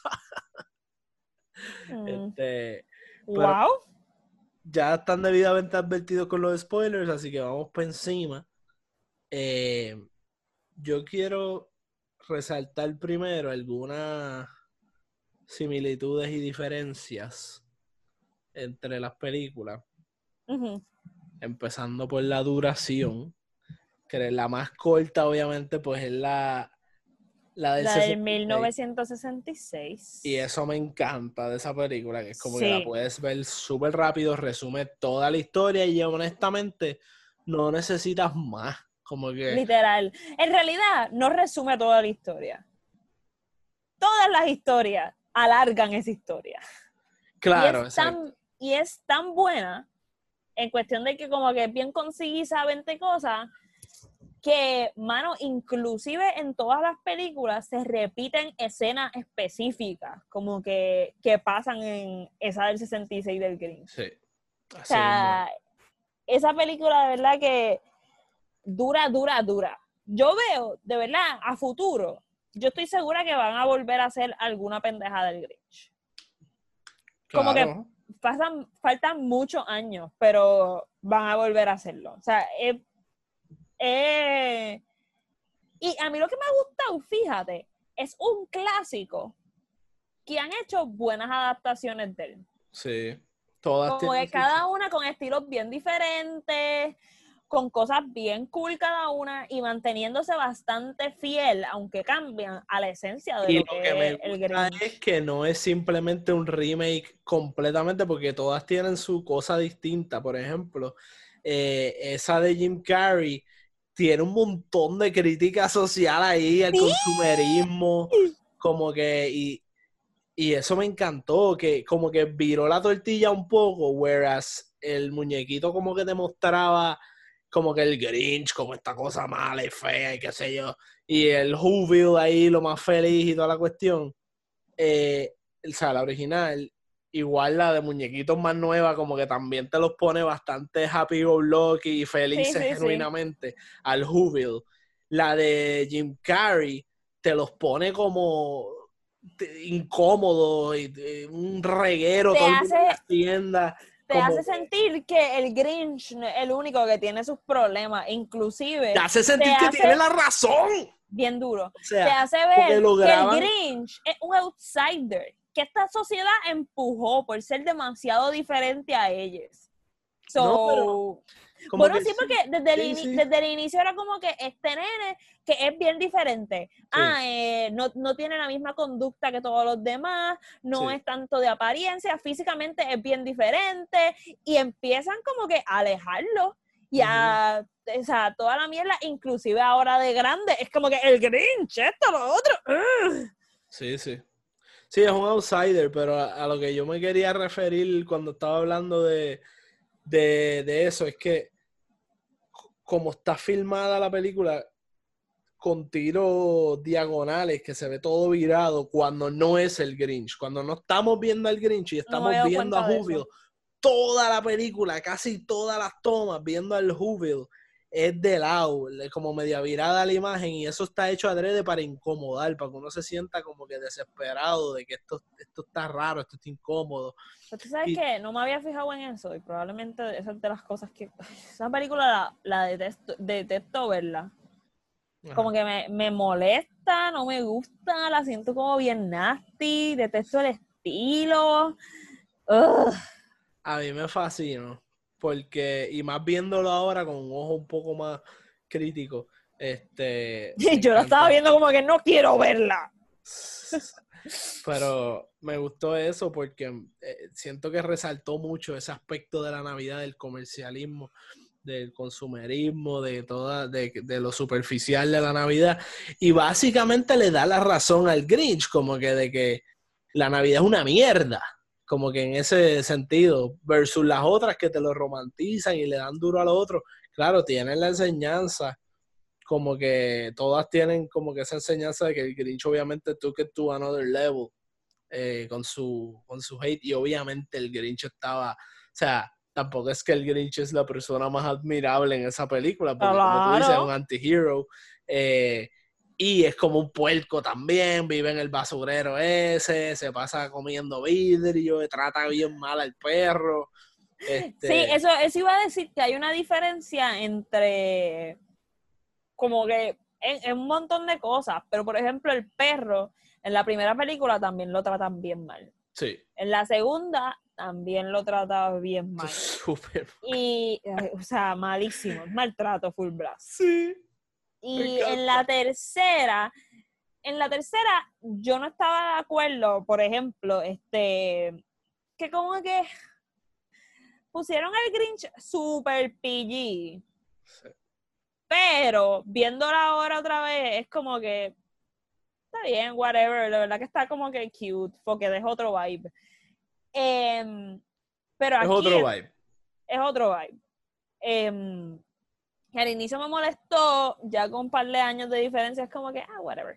Mm. Este, Wow. ya están debidamente advertidos con los spoilers, así que vamos por encima. Eh, yo quiero resaltar primero algunas similitudes y diferencias entre las películas, Ujú. empezando por la duración, que es la más corta, obviamente, pues es la, la del La del sesenta y seis. mil novecientos sesenta y seis. Y eso me encanta de esa película, que es como Sí. que la puedes ver súper rápido, resume toda la historia y honestamente no necesitas más. Como que... Literal. En realidad, no resume toda la historia. Todas las historias alargan esa historia. Claro, y, es tan, exacto. y es tan buena en cuestión de que como que es bien concisa, veinte cosas, que, mano, inclusive en todas las películas se repiten escenas específicas, como que, que pasan en esa del sesenta y seis del Grinch. Sí. O Así sea, esa película de verdad que dura, dura, dura. Yo veo, de verdad, a futuro, yo estoy segura que van a volver a hacer alguna pendeja del Grinch. Como claro. que pasan, faltan muchos años, pero van a volver a hacerlo. O sea, es... es- y a mí lo que me ha gustado, fíjate, es un clásico que han hecho buenas adaptaciones de él. Sí. Todas Como que tienen su- cada una con estilos bien diferentes, con cosas bien cool cada una y manteniéndose bastante fiel, aunque cambian, a la esencia de Y lo lo que, que me es el gusta Grinch. es que no es simplemente un remake completamente, porque todas tienen su cosa distinta. Por ejemplo, eh, esa de Jim Carrey tiene un montón de crítica social ahí al ¡Sí! consumerismo, como que, y, y eso me encantó, que como que viró la tortilla un poco, whereas el muñequito como que demostraba como que el Grinch, como esta cosa mala y fea y qué sé yo, y el Whoville ahí lo más feliz y toda la cuestión. Eh, o sea, la original, igual la de muñequitos más nueva, como que también te los pone bastante happy go lucky y felices Sí, sí, sí. genuinamente al Whoville. La de Jim Carrey te los pone como te- incómodo y, y un reguero Te todo el mundo en hace- las tiendas. Te como hace que- sentir que el Grinch no es el único que tiene sus problemas, inclusive te hace sentir te que hace- tiene la razón. bien duro. O sea, Te hace porque ver lo que graban- el Grinch es un outsider, que esta sociedad empujó por ser demasiado diferente a ellos. So, No, pero como bueno, que sí, porque desde, el sí, ini- sí. desde el inicio era como que este nene que es bien diferente. Ah, eh, no, no tiene la misma conducta que todos los demás, no Sí. es tanto de apariencia, físicamente es bien diferente, y empiezan como que a alejarlo y a, o sea, toda la mierda, inclusive ahora de grande, es como que el Grinch, esto, lo otro. ugh. Sí, sí. Sí, es un outsider, pero a, a lo que yo me quería referir cuando estaba hablando de, de, de eso es que c- como está filmada la película con tiros diagonales, que se ve todo virado cuando no es el Grinch, cuando no estamos viendo al Grinch y me estamos había dado viendo a cuenta de eso. Whoville, toda la película, casi todas las tomas viendo al Whoville es de lado, le- como media virada la imagen, y eso está hecho adrede para incomodar, para que uno se sienta como que desesperado de que esto, esto está raro, esto está incómodo. Pero tú sabes Y- que no me había fijado en eso y probablemente esa es de las cosas que... Esa película la, la detesto, detesto verla. Ajá. Como que me, me molesta, no me gusta, la siento como bien nasty, detesto el estilo. Ugh. A mí me fascina, porque, y más viéndolo ahora con un ojo un poco más crítico, este... me Yo la estaba encanta. viendo como que no quiero verla. Pero me gustó eso porque eh, siento que resaltó mucho ese aspecto de la Navidad, del comercialismo, del consumerismo, de toda, de, de lo superficial de la Navidad, y básicamente le da la razón al Grinch, como que de que la Navidad es una mierda, como que en ese sentido, versus las otras que te lo romantizan y le dan duro a lo otro. Claro, tienen la enseñanza, como que todas tienen como que esa enseñanza de que el Grinch obviamente took it to another level eh, con su con su hate, y obviamente el Grinch estaba, o sea, tampoco es que el Grinch es la persona más admirable en esa película, porque como tú dices, es un anti-hero, eh, y es como un puerco también, vive en el basurero ese, se pasa comiendo vidrio, trata bien mal al perro. Este... Sí, eso, eso iba a decir que hay una diferencia entre como que en, en un montón de cosas, pero por ejemplo el perro en la primera película también lo tratan bien mal. Sí. En la segunda también lo trataba bien mal. Súper. Y, o sea, malísimo, maltrato full blast. Sí. Y en la tercera, en la tercera yo no estaba de acuerdo, por ejemplo, este, que como que pusieron al Grinch super P G. Sí. Pero viéndola ahora otra vez, es como que está bien, whatever, la verdad que está como que cute, porque es otro vibe. Eh, pero Es aquí otro vibe. Es otro vibe. Eh, que al inicio me molestó, ya con un par de años de diferencia, es como que, ah, whatever.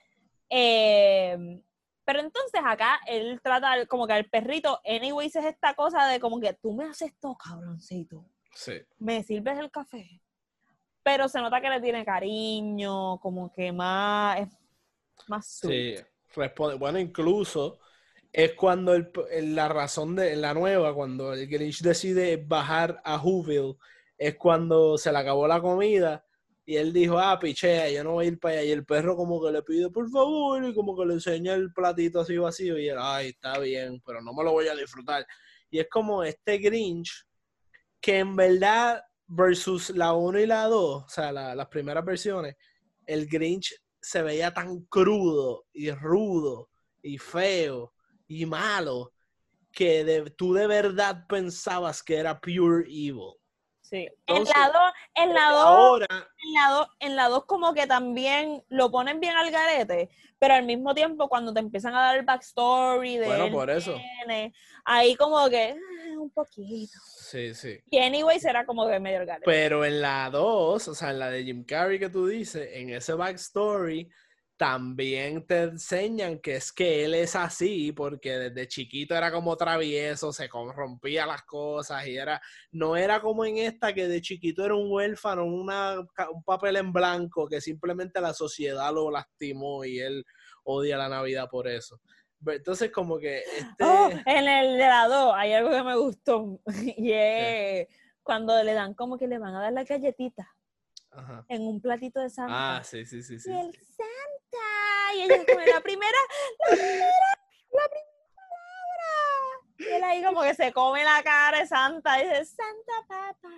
Eh, pero entonces acá él trata como que al perrito, anyways, es esta cosa de como que tú me haces esto, cabroncito. Sí. Me sirves el café. Pero se nota que le tiene cariño, como que más, es más sweet. Sí, responde. Bueno, incluso es cuando el, la razón de la nueva, cuando el Grinch decide bajar a Whoville, es cuando se le acabó la comida y él dijo, ah, pichea, yo no voy a ir para allá. Y el perro como que le pide, por favor, y como que le enseña el platito así vacío y él, ay, está bien, pero no me lo voy a disfrutar. Y es como este Grinch que en verdad, versus la uno y la dos, o sea, la, las primeras versiones, el Grinch se veía tan crudo y rudo y feo y malo que de, tú de verdad pensabas que era pure evil. Sí. Entonces, en la dos, en la dos, ahora, en la dos, en la dos como que también lo ponen bien al garete, pero al mismo tiempo cuando te empiezan a dar el backstory de bueno, él, por eso. Tiene, ahí como que ah, un poquito. Sí, sí. Y anyway será como que medio al garete. Pero en la dos, o sea, en la de Jim Carrey que tú dices, en ese backstory también te enseñan que es que él es así porque desde chiquito era como travieso, se rompía las cosas y era, no era como en esta que de chiquito era un huérfano, una, un papel en blanco que simplemente la sociedad lo lastimó y él odia la Navidad por eso. Entonces como que este... Oh, en el de la dos hay algo que me gustó y es cuando le dan como que le van a dar la galletita. Ajá. En un platito de Santa. Ah, sí, sí, sí, sí. Y el sí. Santa. Y ella come la primera, la primera, la primera palabra. Y él ahí como que se come la cara de Santa y dice, Santa Papa.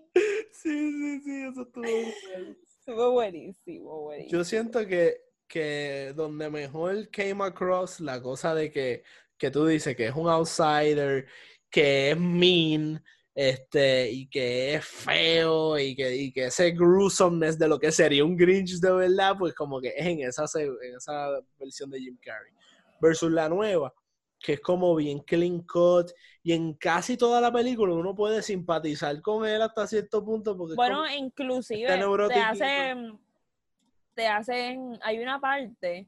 Sí, sí, sí, eso estuvo bueno. Estuvo buenísimo, buenísimo. Yo siento que, que donde mejor came across la cosa de que, que tú dices que es un outsider, que es mean, este, y que es feo, y que, y que ese gruesomeness de lo que sería un Grinch de verdad, pues como que es en esa, en esa versión de Jim Carrey. Versus la nueva, que es como bien clean cut, y en casi toda la película uno puede simpatizar con él hasta cierto punto. Porque bueno, es como, inclusive te hacen, te hacen, hay una parte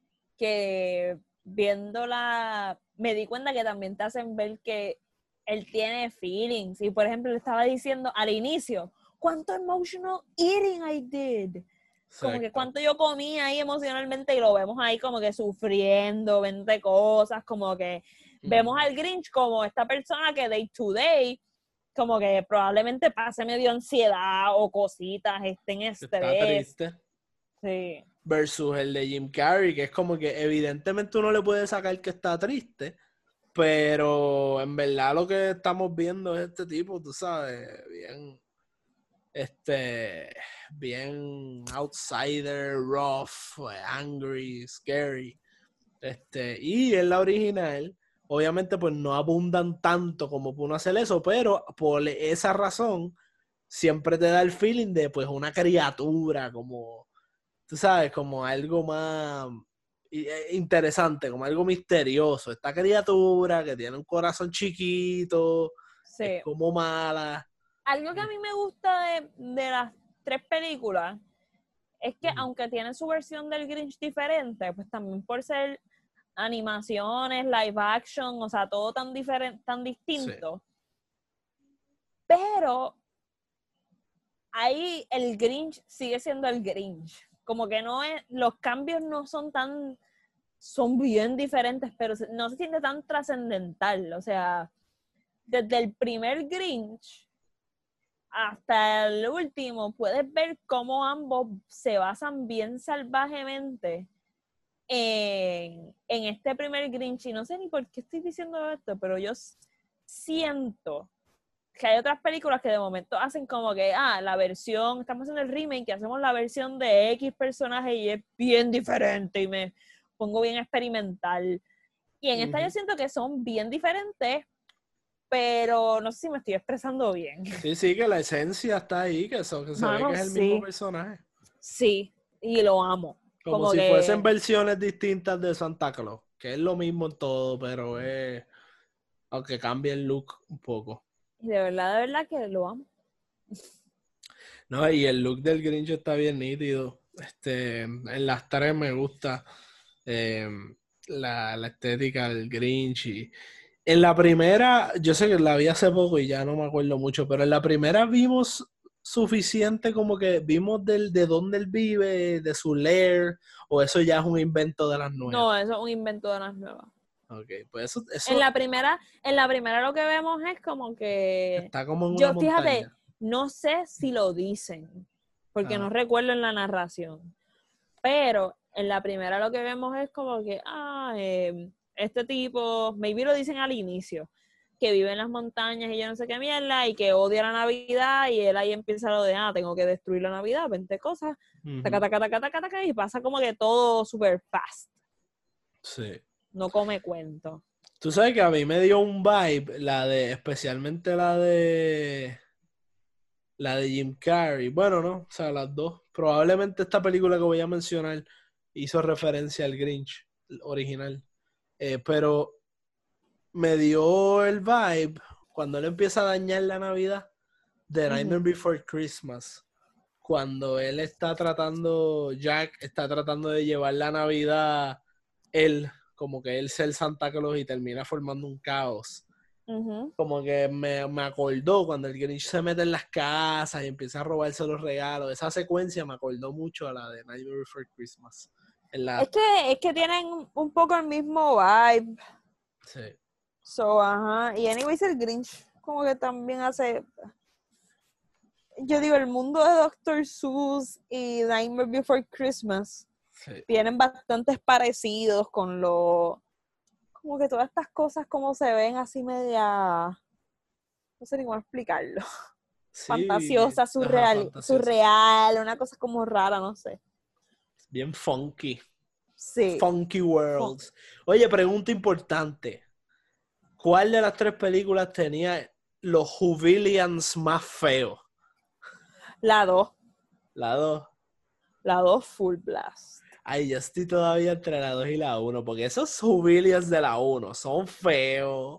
que viéndola, me di cuenta que también te hacen ver que él tiene feelings. Y por ejemplo, le estaba diciendo al inicio, ¿cuánto emotional eating I did? Exacto. Como que cuánto yo comía ahí emocionalmente y lo vemos ahí como que sufriendo, veinte cosas, como que mm. vemos al Grinch como esta persona que day to day, como que probablemente pase medio ansiedad o cositas, esté en estrés. Está triste. Sí. versus el de Jim Carrey, que es como que evidentemente uno le puede sacar que está triste, pero en verdad lo que estamos viendo es este tipo, tú sabes, bien, este, bien outsider, rough, angry, scary, este, y en la original, obviamente pues no abundan tanto como para uno hacer eso, pero por esa razón siempre te da el feeling de pues una criatura, como, tú sabes, como algo más interesante, como algo misterioso. Esta criatura que tiene un corazón chiquito, Sí. es como mala. Algo que a mí me gusta de, de las tres películas es que Ujú. aunque tienen su versión del Grinch diferente, pues también por ser animaciones, live action, o sea, todo tan diferente, tan distinto. Sí. Pero ahí el Grinch sigue siendo el Grinch. Como que no es, los cambios no son tan, son bien diferentes, pero no se siente tan trascendental. O sea, desde el primer Grinch hasta el último, puedes ver cómo ambos se basan bien salvajemente en, en este primer Grinch. Y no sé ni por qué estoy diciendo esto, pero yo siento que hay otras películas que de momento hacen como que, ah, la versión, estamos haciendo el remake y hacemos la versión de X personaje y es bien diferente y me pongo bien experimental. Y en uh-huh. esta yo siento que son bien diferentes, pero no sé si me estoy expresando bien. Sí, sí, que la esencia está ahí, que, eso, que se Mano, ve que es el sí. mismo personaje. Sí, y lo amo. Como, como si que... fuesen versiones distintas de Santa Claus, que es lo mismo en todo, pero es... aunque cambie el look un poco. De verdad, de verdad que lo amo. No, y el look del Grinch está bien nítido. Este, en las tres me gusta eh, la, la estética del Grinch. Y en la primera, yo sé que la vi hace poco y ya no me acuerdo mucho, pero en la primera vimos suficiente como que vimos del, de dónde él vive, de su lair, o eso ya es un invento de las nuevas. No, eso es un invento de las nuevas. Okay, pues eso, eso... En la primera, en la primera lo que vemos es como que está como en yo, una fíjate, montaña. No sé si lo dicen, porque ah. no recuerdo en la narración. Pero en la primera lo que vemos es como que, ah, eh, este tipo, maybe lo dicen al inicio, que vive en las montañas y yo no sé qué mierda, y que odia la Navidad, y él ahí empieza lo de, ah, tengo que destruir la Navidad, veinte cosas, uh-huh. taca, taca, taca, taca, taca, y pasa como que todo super fast. Sí. No come cuento. Tú sabes que a mí me dio un vibe, la de, especialmente la de, la de Jim Carrey. Bueno, no, o sea, las dos. Probablemente esta película que voy a mencionar hizo referencia al Grinch original. Eh, pero me dio el vibe cuando él empieza a dañar la Navidad de Nightmare uh-huh. Before Christmas. Cuando él está tratando, Jack está tratando de llevar la Navidad él, como que él ser Santa Claus y termina formando un caos. Uh-huh. Como que me, me acordó cuando el Grinch se mete en las casas y empieza a robarse los regalos. Esa secuencia me acordó mucho a la de Nightmare Before Christmas. En la... es, que, es que tienen un poco el mismo vibe. Sí. So, ajá. Y anyways, el Grinch como que también hace... Yo digo, el mundo de doctor Seuss y Nightmare Before Christmas sí. tienen bastantes parecidos con lo... como que todas estas cosas como se ven así media... no sé ni cómo explicarlo. Sí, fantasiosa, surreal, ajá, fantasiosa. surreal, una cosa como rara, no sé. Bien funky. Sí. Funky Worlds. Oye, pregunta importante. ¿Cuál de las tres películas tenía los Whovillians más feos? La dos. La dos. La dos Full Blast. Ay, yo estoy todavía entre la dos y la uno, porque esos Whovillians de la uno son feos.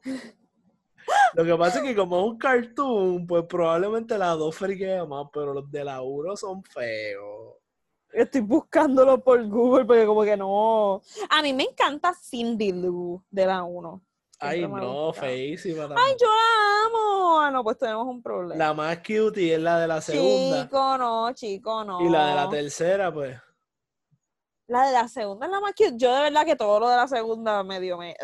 Lo que pasa es que como es un cartoon, pues probablemente la dos friquea más, pero los de la uno son feos. Estoy buscándolo por Google porque como que no... A mí me encanta Cindy Lou de la uno. Ay, no, feísima también. Ay, yo la amo. Ah, no, pues tenemos un problema. La más cutie es la de la segunda. Chico, no, chico, no. Y la de la tercera, pues. La de la segunda es la más cute. Yo de verdad que todo lo de la segunda medio me...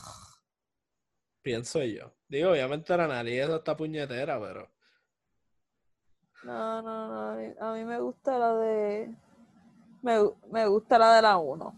Pienso yo. Digo, obviamente la nariz esa está puñetera, pero... No, no, no. A mí, a mí me gusta la de... Me, me gusta la de la uno.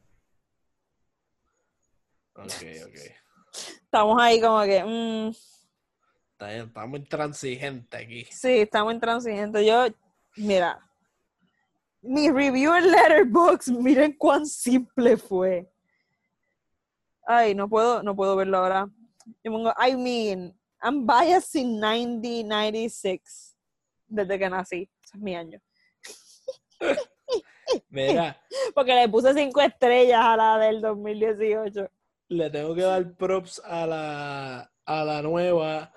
Ok, ok. Estamos ahí como que... Mm, Está bien, está muy intransigente aquí. sí, estamos intransigentes. Yo, mira, mi review en Letterboxd, miren cuán simple fue. Ay, no puedo, no puedo verlo ahora. Yo pongo, I mean, I'm biased in ninety ninety-six. Desde que nací. Ese es mi año. Mira, Porque le puse cinco estrellas a la del dos mil dieciocho. le tengo que dar props a la, a la nueva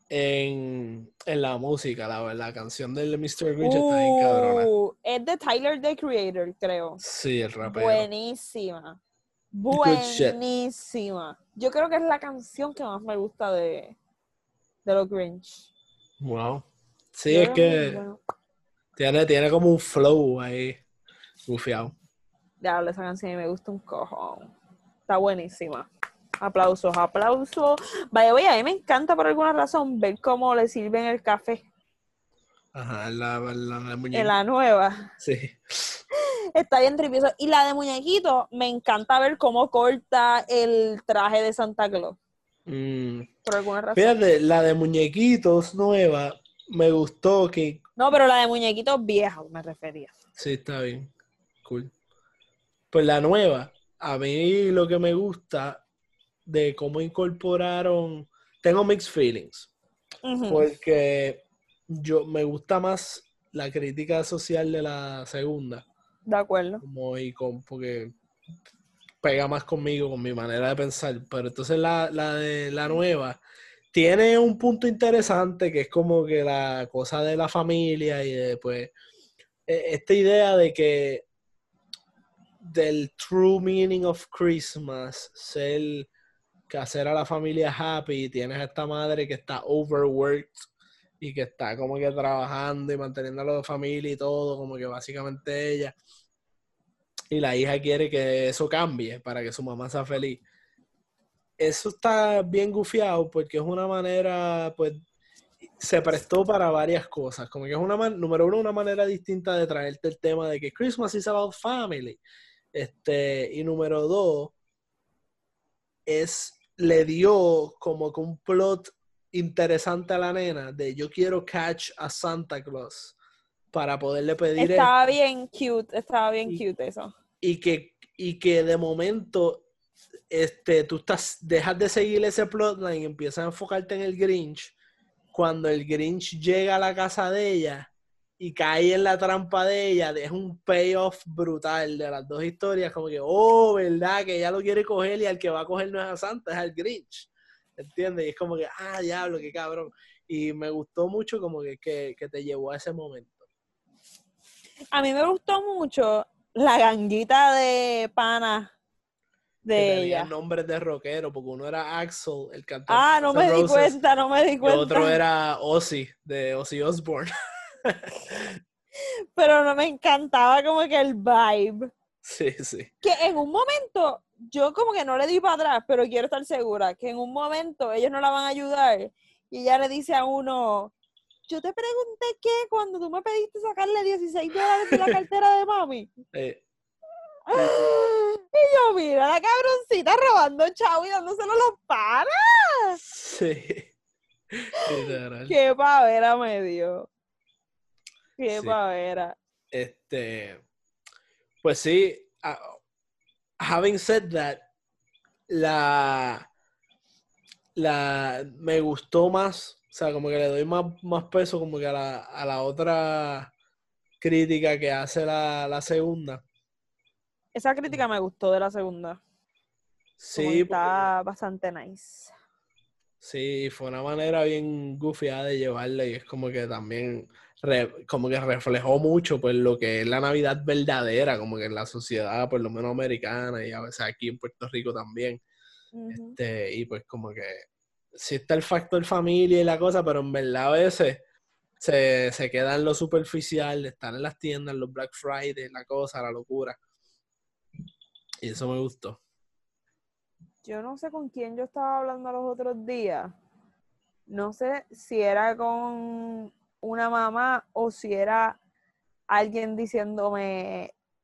en, en la música, la, la canción del mister Grinch está bien cabrona. Uh, es de Tyler, the Creator, creo. Sí, el rapero. Buenísima. Good shit. Buenísima. Yo creo que es la canción que más me gusta de, de los Grinch. Wow. Sí, Yo es creo que bueno, tiene, tiene como un flow ahí, bufiado. diablo, esa canción me gusta un cojón. Está buenísima. Aplausos, aplausos. Vaya, vaya, a mí me encanta por alguna razón ver cómo le sirven el café Ajá, la, la, la muñeca. en la nueva. Sí. Está bien tripioso. Y la de muñequito, me encanta ver cómo corta el traje de Santa Claus. Mm. Por alguna razón. Fíjate, la de muñequitos nueva, me gustó que... No, pero la de muñequitos viejos me refería. Sí, está bien. Cool. Pues la nueva, a mí lo que me gusta de cómo incorporaron... Tengo mixed feelings. Uh-huh. Porque yo me gusta más la crítica social de la segunda. De acuerdo. Como y con, porque pega más conmigo, con mi manera de pensar. Pero entonces la, la de la nueva tiene un punto interesante que es como que la cosa de la familia y de, pues, esta idea de que del true meaning of Christmas, ser que hacer a la familia happy, tienes a esta madre que está overworked y que está como que trabajando y manteniendo a la familia y todo, como que básicamente ella. Y la hija quiere que eso cambie para que su mamá sea feliz. Eso está bien gufiado porque es una manera, pues, se prestó para varias cosas. Como que es una man- número uno, una manera distinta de traerte el tema de que Christmas is about family. Este, y número dos, es, le dio como que un plot interesante a la nena de yo quiero catch a Santa Claus para poderle pedir Estaba esto. bien cute, estaba bien Y- cute eso. Y que, y que de momento este, tú estás, dejas de seguir ese plotline y empiezas a enfocarte en el Grinch. Cuando el Grinch llega a la casa de ella y cae en la trampa de ella, es un payoff brutal de las dos historias, como que, oh, verdad, que ella lo quiere coger y al que va a coger no es a Santa, es al Grinch, ¿entiendes? Y es como que, ah, diablo, qué cabrón. Y me gustó mucho como que, que, que te llevó a ese momento. A mí me gustó mucho la ganguita de pana Que de tenían ella. nombres de rockero, porque uno era Axl, el cantante Ah, de no Guns N' me di Roses, cuenta, no me di y cuenta. otro era Ozzy, de Ozzy Osbourne. Pero no me encantaba como que el vibe. Sí, sí. Que en un momento, yo como que no le di para atrás, pero quiero estar segura que en un momento ellos no la van a ayudar y ella le dice a uno, yo te pregunté qué cuando tú me pediste sacarle dieciséis dólares de la cartera de mami. Eh, Y yo, mira la cabroncita robando chavo y dándoselo a los panas. sí. Literal. Qué pavera me dio. Qué Sí. pavera. Este, pues sí, uh, having said that, la, la, me gustó más, o sea, como que le doy más, más peso como que a la, a la otra crítica que hace la, la segunda. Esa crítica me gustó de la segunda. Como Sí, que porque- está bastante nice. sí, fue una manera bien gufiada de llevarla y es como que también re- como que reflejó mucho pues lo que es la Navidad verdadera, como que en la sociedad por lo menos americana y a veces aquí en Puerto Rico también. Ujú. Este, y pues como que sí está el factor familia y la cosa, pero en verdad a veces se, se queda en lo superficial de estar en las tiendas, los Black Friday, la cosa, la locura. Y eso me gustó. Yo no sé con quién yo estaba hablando los otros días. No sé si era con una mamá o si era alguien diciéndome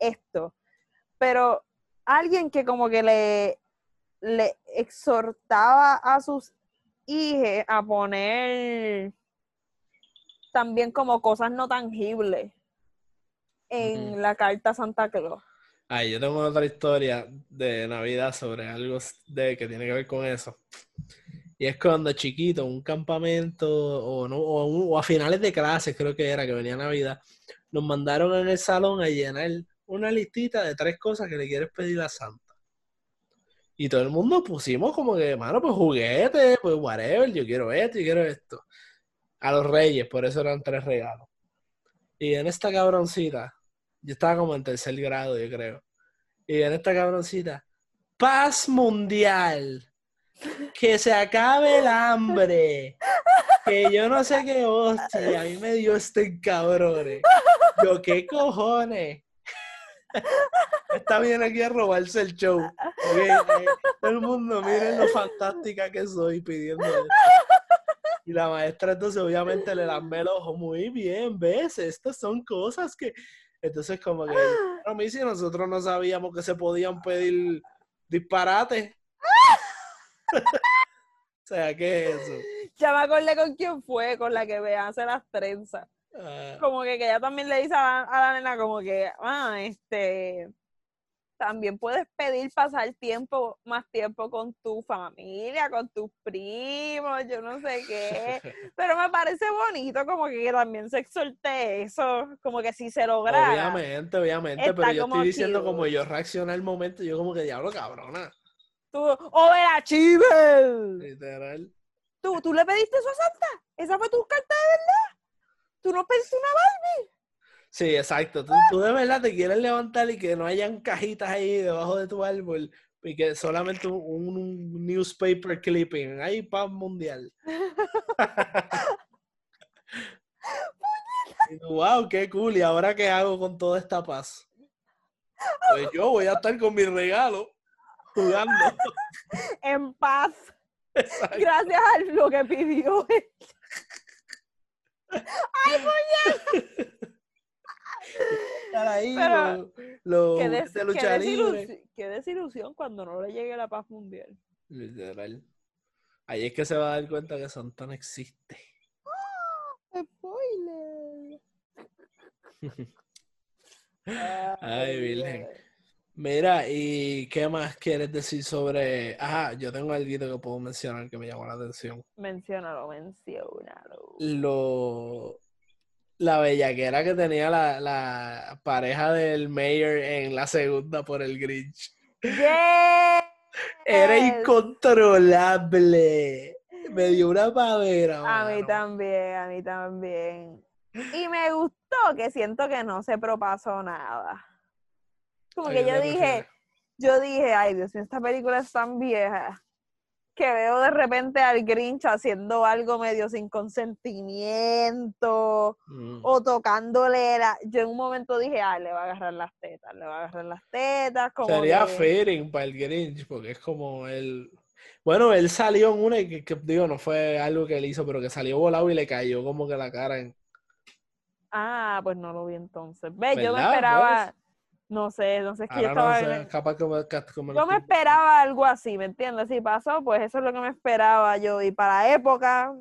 esto. Pero alguien que como que le, le exhortaba a sus hijos a poner también como cosas no tangibles en Ujú. la carta a Santa Claus. Ay, yo tengo otra historia de Navidad sobre algo de, que tiene que ver con eso. Y es cuando chiquito, un campamento, o, no, o, un- o a finales de clases, creo que era, que venía Navidad, nos mandaron en el salón a llenar una listita de tres cosas que le quieres pedir a Santa. Y todo el mundo pusimos como que, mano, pues juguetes, pues whatever, yo quiero esto, yo quiero esto. A los reyes, por eso eran tres regalos. Y en esta cabroncita, yo estaba como en tercer grado, yo creo. Y en esta cabroncita, paz mundial, que se acabe el hambre, que yo no sé qué hostia, a mí me dio este cabrones. Yo, ¿qué cojones? Está bien aquí a robarse el show. Ok, eh, todo el mundo, miren lo fantástica que soy pidiendo esto. Y la maestra entonces obviamente le lambé el ojo. Muy bien, ¿ves? Estas son cosas que... Entonces como que... A mí si nosotros no sabíamos que se podían pedir disparates. O sea, ¿qué es eso? Ya me acordé con quién fue, con la que me hace las trenzas. Ah, Como que, que ella también le dice a la, a la nena como que, ah, este, también puedes pedir pasar tiempo, más tiempo con tu familia, con tus primos, yo no sé qué. Pero me parece bonito como que, que también se exhorte eso, como que si se lograra. obviamente, obviamente, está pero yo como estoy diciendo cute. como yo reaccioné al momento, yo como que diablo cabrona. Tú, ¡overachiever! Literal. ¿Tú, ¿Tú le pediste eso a Santa? ¿Esa fue tu carta de verdad? ¿Tú no pediste una Barbie? Sí, exacto. Tú, tú de verdad te quieres levantar y que no hayan cajitas ahí debajo de tu árbol y que solamente un, un newspaper clipping. Ahí, paz mundial. Y tú, wow, qué cool. ¿Y ahora qué hago con toda esta paz? Pues yo voy a estar con mi regalo jugando. En paz. Exacto. Gracias a lo que pidió. Estar ahí, Pero, los lo, Qué, de des- qué lucha libre. desilusión, qué desilusión cuando no le llegue la paz mundial. Literal. Ahí es que se va a dar cuenta que Santa no existe. Spoiler. Ay, Virgen. Mira, ¿y qué más quieres decir sobre...? Ajá, yo tengo algo que puedo mencionar que me llamó la atención. Menciónalo, menciónalo. Lo... La bellaquera que tenía la, la pareja del mayor en la segunda por el Grinch. ¡Yes! Era incontrolable. Me dio una pavera, A mí mano. también, a mí también. Y me gustó que siento que no se propasó nada. Como ¿A que qué yo te dije, refieres? yo dije, ay Dios mío, esta película es tan vieja que veo de repente al Grinch haciendo algo medio sin consentimiento Mm. o tocándole la... Yo en un momento dije, ay, le va a agarrar las tetas, le va a agarrar las tetas, como Sería que... fitting para el Grinch, porque es como él... Bueno, él salió en una y que, que, digo, no fue algo que él hizo, pero que salió volado y le cayó como que la cara en... Ah, pues no lo vi entonces. Ve, yo me ¿Verdad? esperaba... Pues, No sé, no sé, es que yo ahora no estaba... sé, en- capaz que me, que me lo Yo me estoy- esperaba algo así, ¿me entiendes? Si pasó, pues eso es lo que me esperaba yo. Y para la época...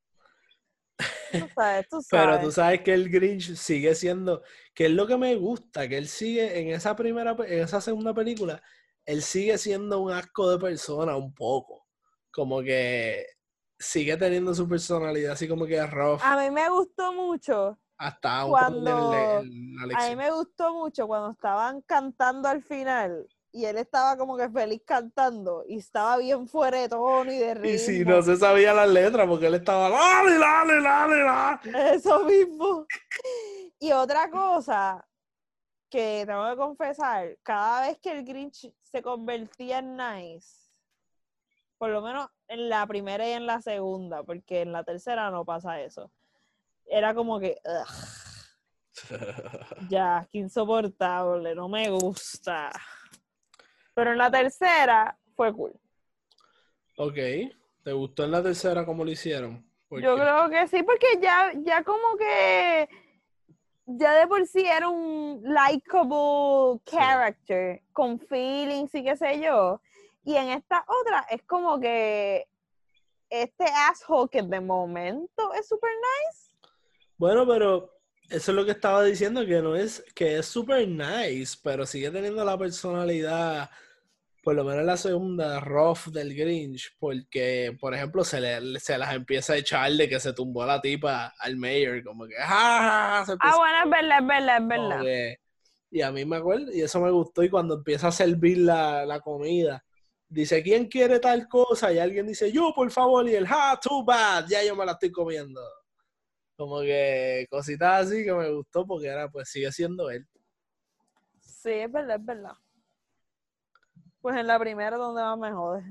Tú sabes, tú Pero sabes. tú sabes que el Grinch sigue siendo, que es lo que me gusta, que él sigue en esa primera, pe- en esa segunda película, él sigue siendo un asco de persona un poco, como que sigue teniendo su personalidad así como que rough, A mí me gustó mucho hasta un cuando... la A mí lección. me gustó mucho cuando estaban cantando al final y él estaba como que feliz cantando y estaba bien fuera de tono y de ritmo. Y si no se sabía las letras, porque él estaba, dale, dale, dale, dale. Eso mismo. Y otra cosa que tengo que confesar, cada vez que el Grinch se convertía en nice, por lo menos en la primera y en la segunda, porque en la tercera no pasa eso, era como que, ugh, ya, qué insoportable, no me gusta. Pero en la tercera fue cool. Ok, ¿te gustó en la tercera cómo lo hicieron? ¿Por Yo qué? creo que sí, porque ya, ya como que ya de por sí era un likable character, sí, con feelings y qué sé yo. Y en esta otra es como que este asshole que de momento es super nice. Bueno, pero eso es lo que estaba diciendo, que no es, que es super nice, pero sigue teniendo la personalidad, por lo menos en la segunda, rough del Grinch, porque, por ejemplo, se, le, se las empieza a echar de que se tumbó a la tipa al mayor, como que ¡ja! Se ah, bueno, es verdad, es verdad, es verdad. Que, y a mí me acuerdo, y eso me gustó, y cuando empieza a servir la, la comida, dice, ¿quién quiere tal cosa? Y alguien dice, yo, por favor, y el, ¡ha! Too bad, ya yo me la estoy comiendo. Como que cositas así que me gustó, porque era, pues, sigue siendo él. Sí, es verdad, es verdad. Pues en la primera donde más me jode.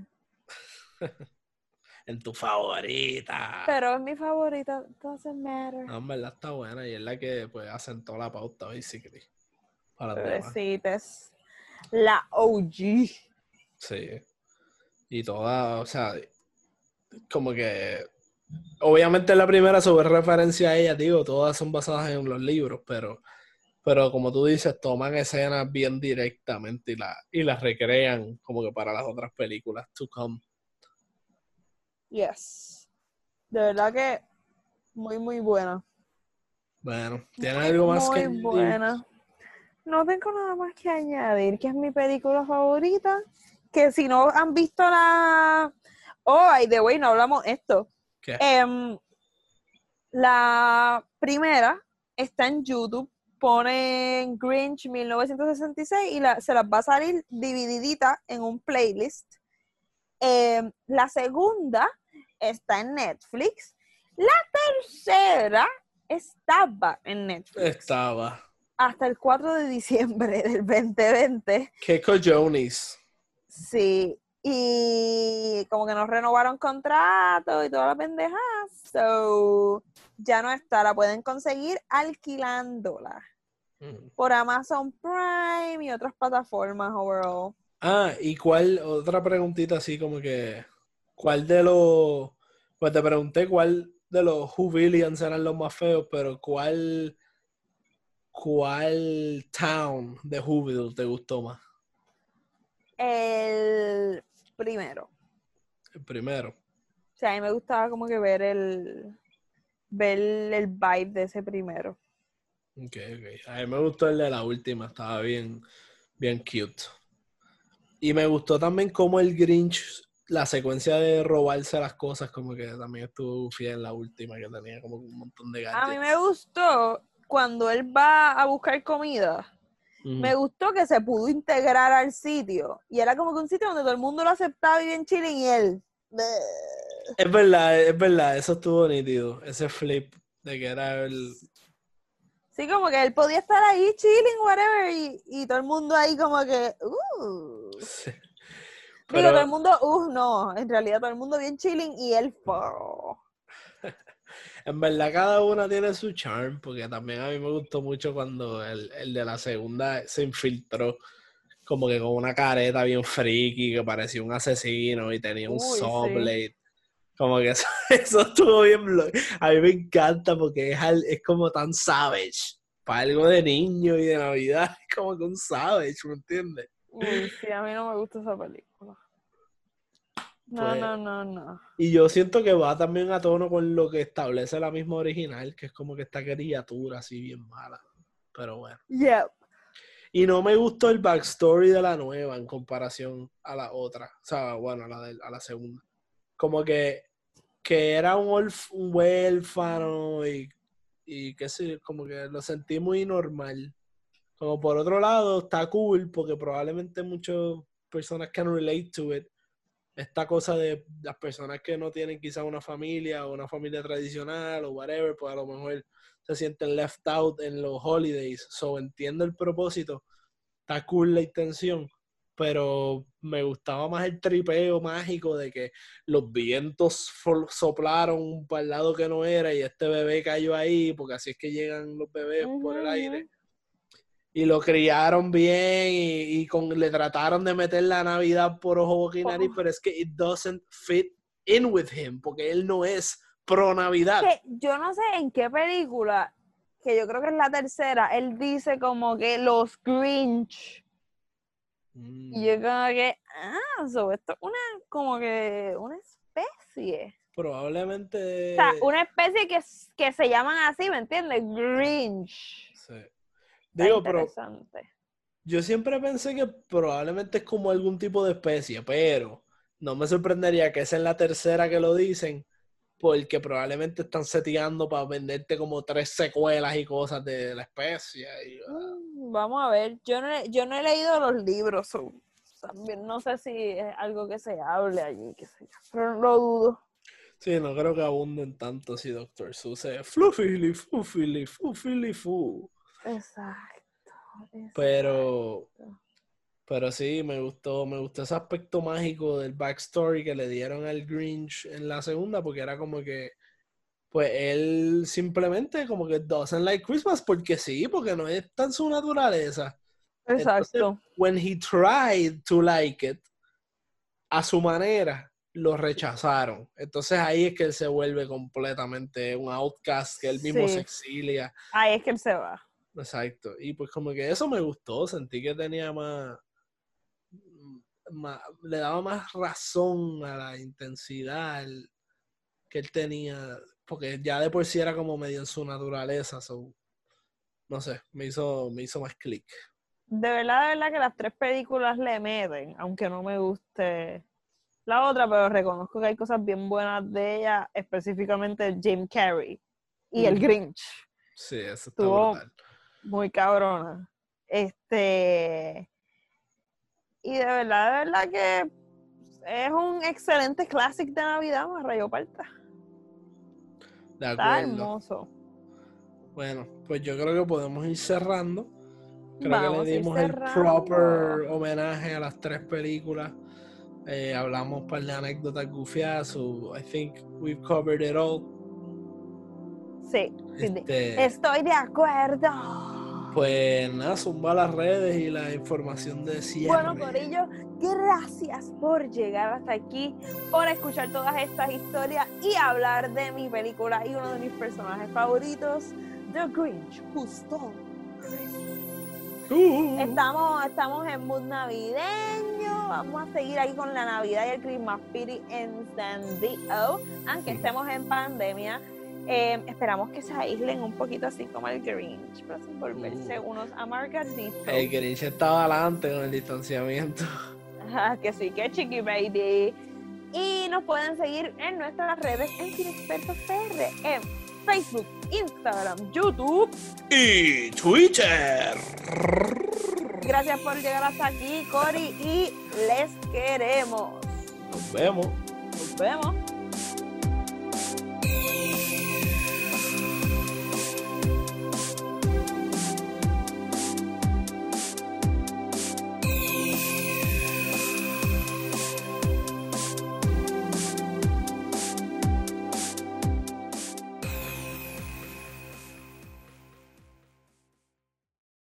En tu favorita. Pero es mi favorita, doesn't matter. No, en verdad está buena y es la que pues asentó la pauta, basically. Para Pobrecitas. La O G. Sí. Y toda, o sea, como que obviamente en la primera sobre referencia a ella, digo, todas son basadas en los libros, pero Pero como tú dices, toman escenas bien directamente y, la, y las recrean como que para las otras películas to come. Yes. De verdad que muy, muy buena. Bueno, ¿tienes algo más muy que añadir? Muy buena. No tengo nada más que añadir, que es mi película favorita. Que si no han visto la... Oh, by the way, no hablamos esto. ¿Qué? Um, la primera está en YouTube. Ponen Grinch mil novecientos sesenta y seis y la, se las va a salir divididita en un playlist. Eh, la segunda está en Netflix. La tercera estaba en Netflix. Estaba. Hasta el cuatro de diciembre del veinte veinte. ¿Qué cojones? Sí. Y como que nos renovaron contrato y toda la pendeja. So, ya no está. La pueden conseguir alquilándola. Mm. Por Amazon Prime y otras plataformas overall. Ah, ¿y cuál? Otra preguntita así como que... ¿Cuál de los... Pues te pregunté cuál de los Who Villains eran los más feos, pero ¿cuál... ¿Cuál town de Whoville te gustó más? El primero. El primero. O sea, a mí me gustaba como que ver el ver el vibe de ese primero. Ok, ok. A mí me gustó el de la última, estaba bien, bien cute. Y me gustó también como el Grinch, la secuencia de robarse las cosas, como que también estuvo fiel en la última, que tenía como un montón de gadgets. A mí me gustó cuando él va a buscar comida. Uh-huh. Me gustó que se pudo integrar al sitio. Y era como que un sitio donde todo el mundo lo aceptaba y bien chilling y él... Es verdad, es verdad, eso estuvo nítido. Ese flip de que era el... Sí, como que él podía estar ahí chilling, whatever, y, y todo el mundo ahí como que... Uh. Sí. Pero... Digo, todo el mundo, uh, no. En realidad todo el mundo bien chilling y él... Oh. En verdad cada una tiene su charm, porque también a mí me gustó mucho cuando el, el de la segunda se infiltró como que con una careta bien freaky, que parecía un asesino y tenía un saw blade. Sí. Como que eso, eso estuvo bien... A mí me encanta porque es, es como tan savage. Para algo de niño y de Navidad, es como que un savage, ¿me entiendes? Uy, sí, a mí no me gusta esa película. No, pues, no, no, no. Y yo siento que va también a tono con lo que establece la misma original, que es como que esta criatura así bien mala. Pero bueno. Yep. Y no me gustó el backstory de la nueva en comparación a la otra. O sea, bueno, a la, de, a la segunda. Como que, que era un, orf, un huérfano y, y qué sé, como que lo sentí muy normal. Como por otro lado, está cool porque probablemente muchas personas can relate to it. Esta cosa de las personas que no tienen quizá una familia o una familia tradicional o whatever, pues a lo mejor se sienten left out en los holidays. So, entiendo el propósito. Está cool la intención, pero me gustaba más el tripeo mágico de que los vientos soplaron para el lado que no era y este bebé cayó ahí, porque así es que llegan los bebés uh-huh. por el aire. Y lo criaron bien y, y con, le trataron de meter la Navidad por ojo, boca y nariz, oh. pero es que it doesn't fit in with him, porque él no es pro Navidad. Que yo no sé en qué película que yo creo que es la tercera, él dice como que los Grinch. Mm. Y yo como que, ah, so esto es una, como que, una especie. Probablemente... O sea, una especie que, que se llaman así, ¿me entiendes? Grinch. Sí. Está Digo, pero interesante. yo siempre pensé que probablemente es como algún tipo de especie, pero no me sorprendería que esa es la tercera que lo dicen, porque probablemente están seteando para venderte como tres secuelas y cosas de la especie. Y, Mm, Vamos a ver, yo no, he- yo no he leído los libros, so, también no sé si es algo que se hable allí, qué sé yo, pero lo dudo. sí, no creo que abunden tanto si doctor Seuss es fluffily, fluffily, fluffily, fu. Exacto. exacto. Pero, pero sí, me gustó, me gustó ese aspecto mágico del backstory que le dieron al Grinch en la segunda, porque era como que, pues él simplemente como que doesn't like Christmas porque sí, porque no es tan su naturaleza. Exacto. Entonces, when he tried to like it, a su manera, lo rechazaron. Entonces ahí es que él se vuelve completamente un outcast, que él mismo Sí. se exilia. Ahí es que él se va. Exacto. Y pues como que eso me gustó, sentí que tenía más, más le daba más razón a la intensidad el- que él tenía, porque ya de por sí era como medio en su naturaleza, so, no sé, me hizo, me hizo más clic. De verdad, de verdad que las tres películas le meten, aunque no me guste la otra, pero reconozco que hay cosas bien buenas de ella, específicamente Jim Carrey y el Mm. Grinch. Sí, eso está Estuvo brutal. muy cabrona. Este. Y de verdad, de verdad que es un excelente clásico de Navidad, me rayó parta. De Está acuerdo. hermoso. Bueno, pues yo creo que podemos ir cerrando. Creo Vamos que a le ir dimos el cerrando. proper homenaje a las tres películas. Eh, hablamos para de anécdotas gufiadas. So I think we've covered it all. Sí, sí, Este, estoy de acuerdo. Pues nada, zumba las redes y la información de cierre. Bueno, Corillo, gracias por llegar hasta aquí, por escuchar todas estas historias y hablar de mi película y uno de mis personajes favoritos, The Grinch, Who Stole Christmas. Uh, Estamos, estamos en mood navideño, vamos a seguir ahí con la Navidad y el Christmas Spirit encendido, aunque estemos en pandemia. Eh, esperamos que se aíslen un poquito así como el Grinch, pero sin volverse Uh. unos amargaditos. el Grinch estaba adelante con el distanciamiento. Ajá, que sí, que chiqui baby. Y nos pueden seguir en nuestras redes en Cinexpertos P R, en Facebook, Instagram, YouTube. Y Twitter. Gracias por llegar hasta aquí, Cory, y les queremos. Nos vemos. Nos vemos.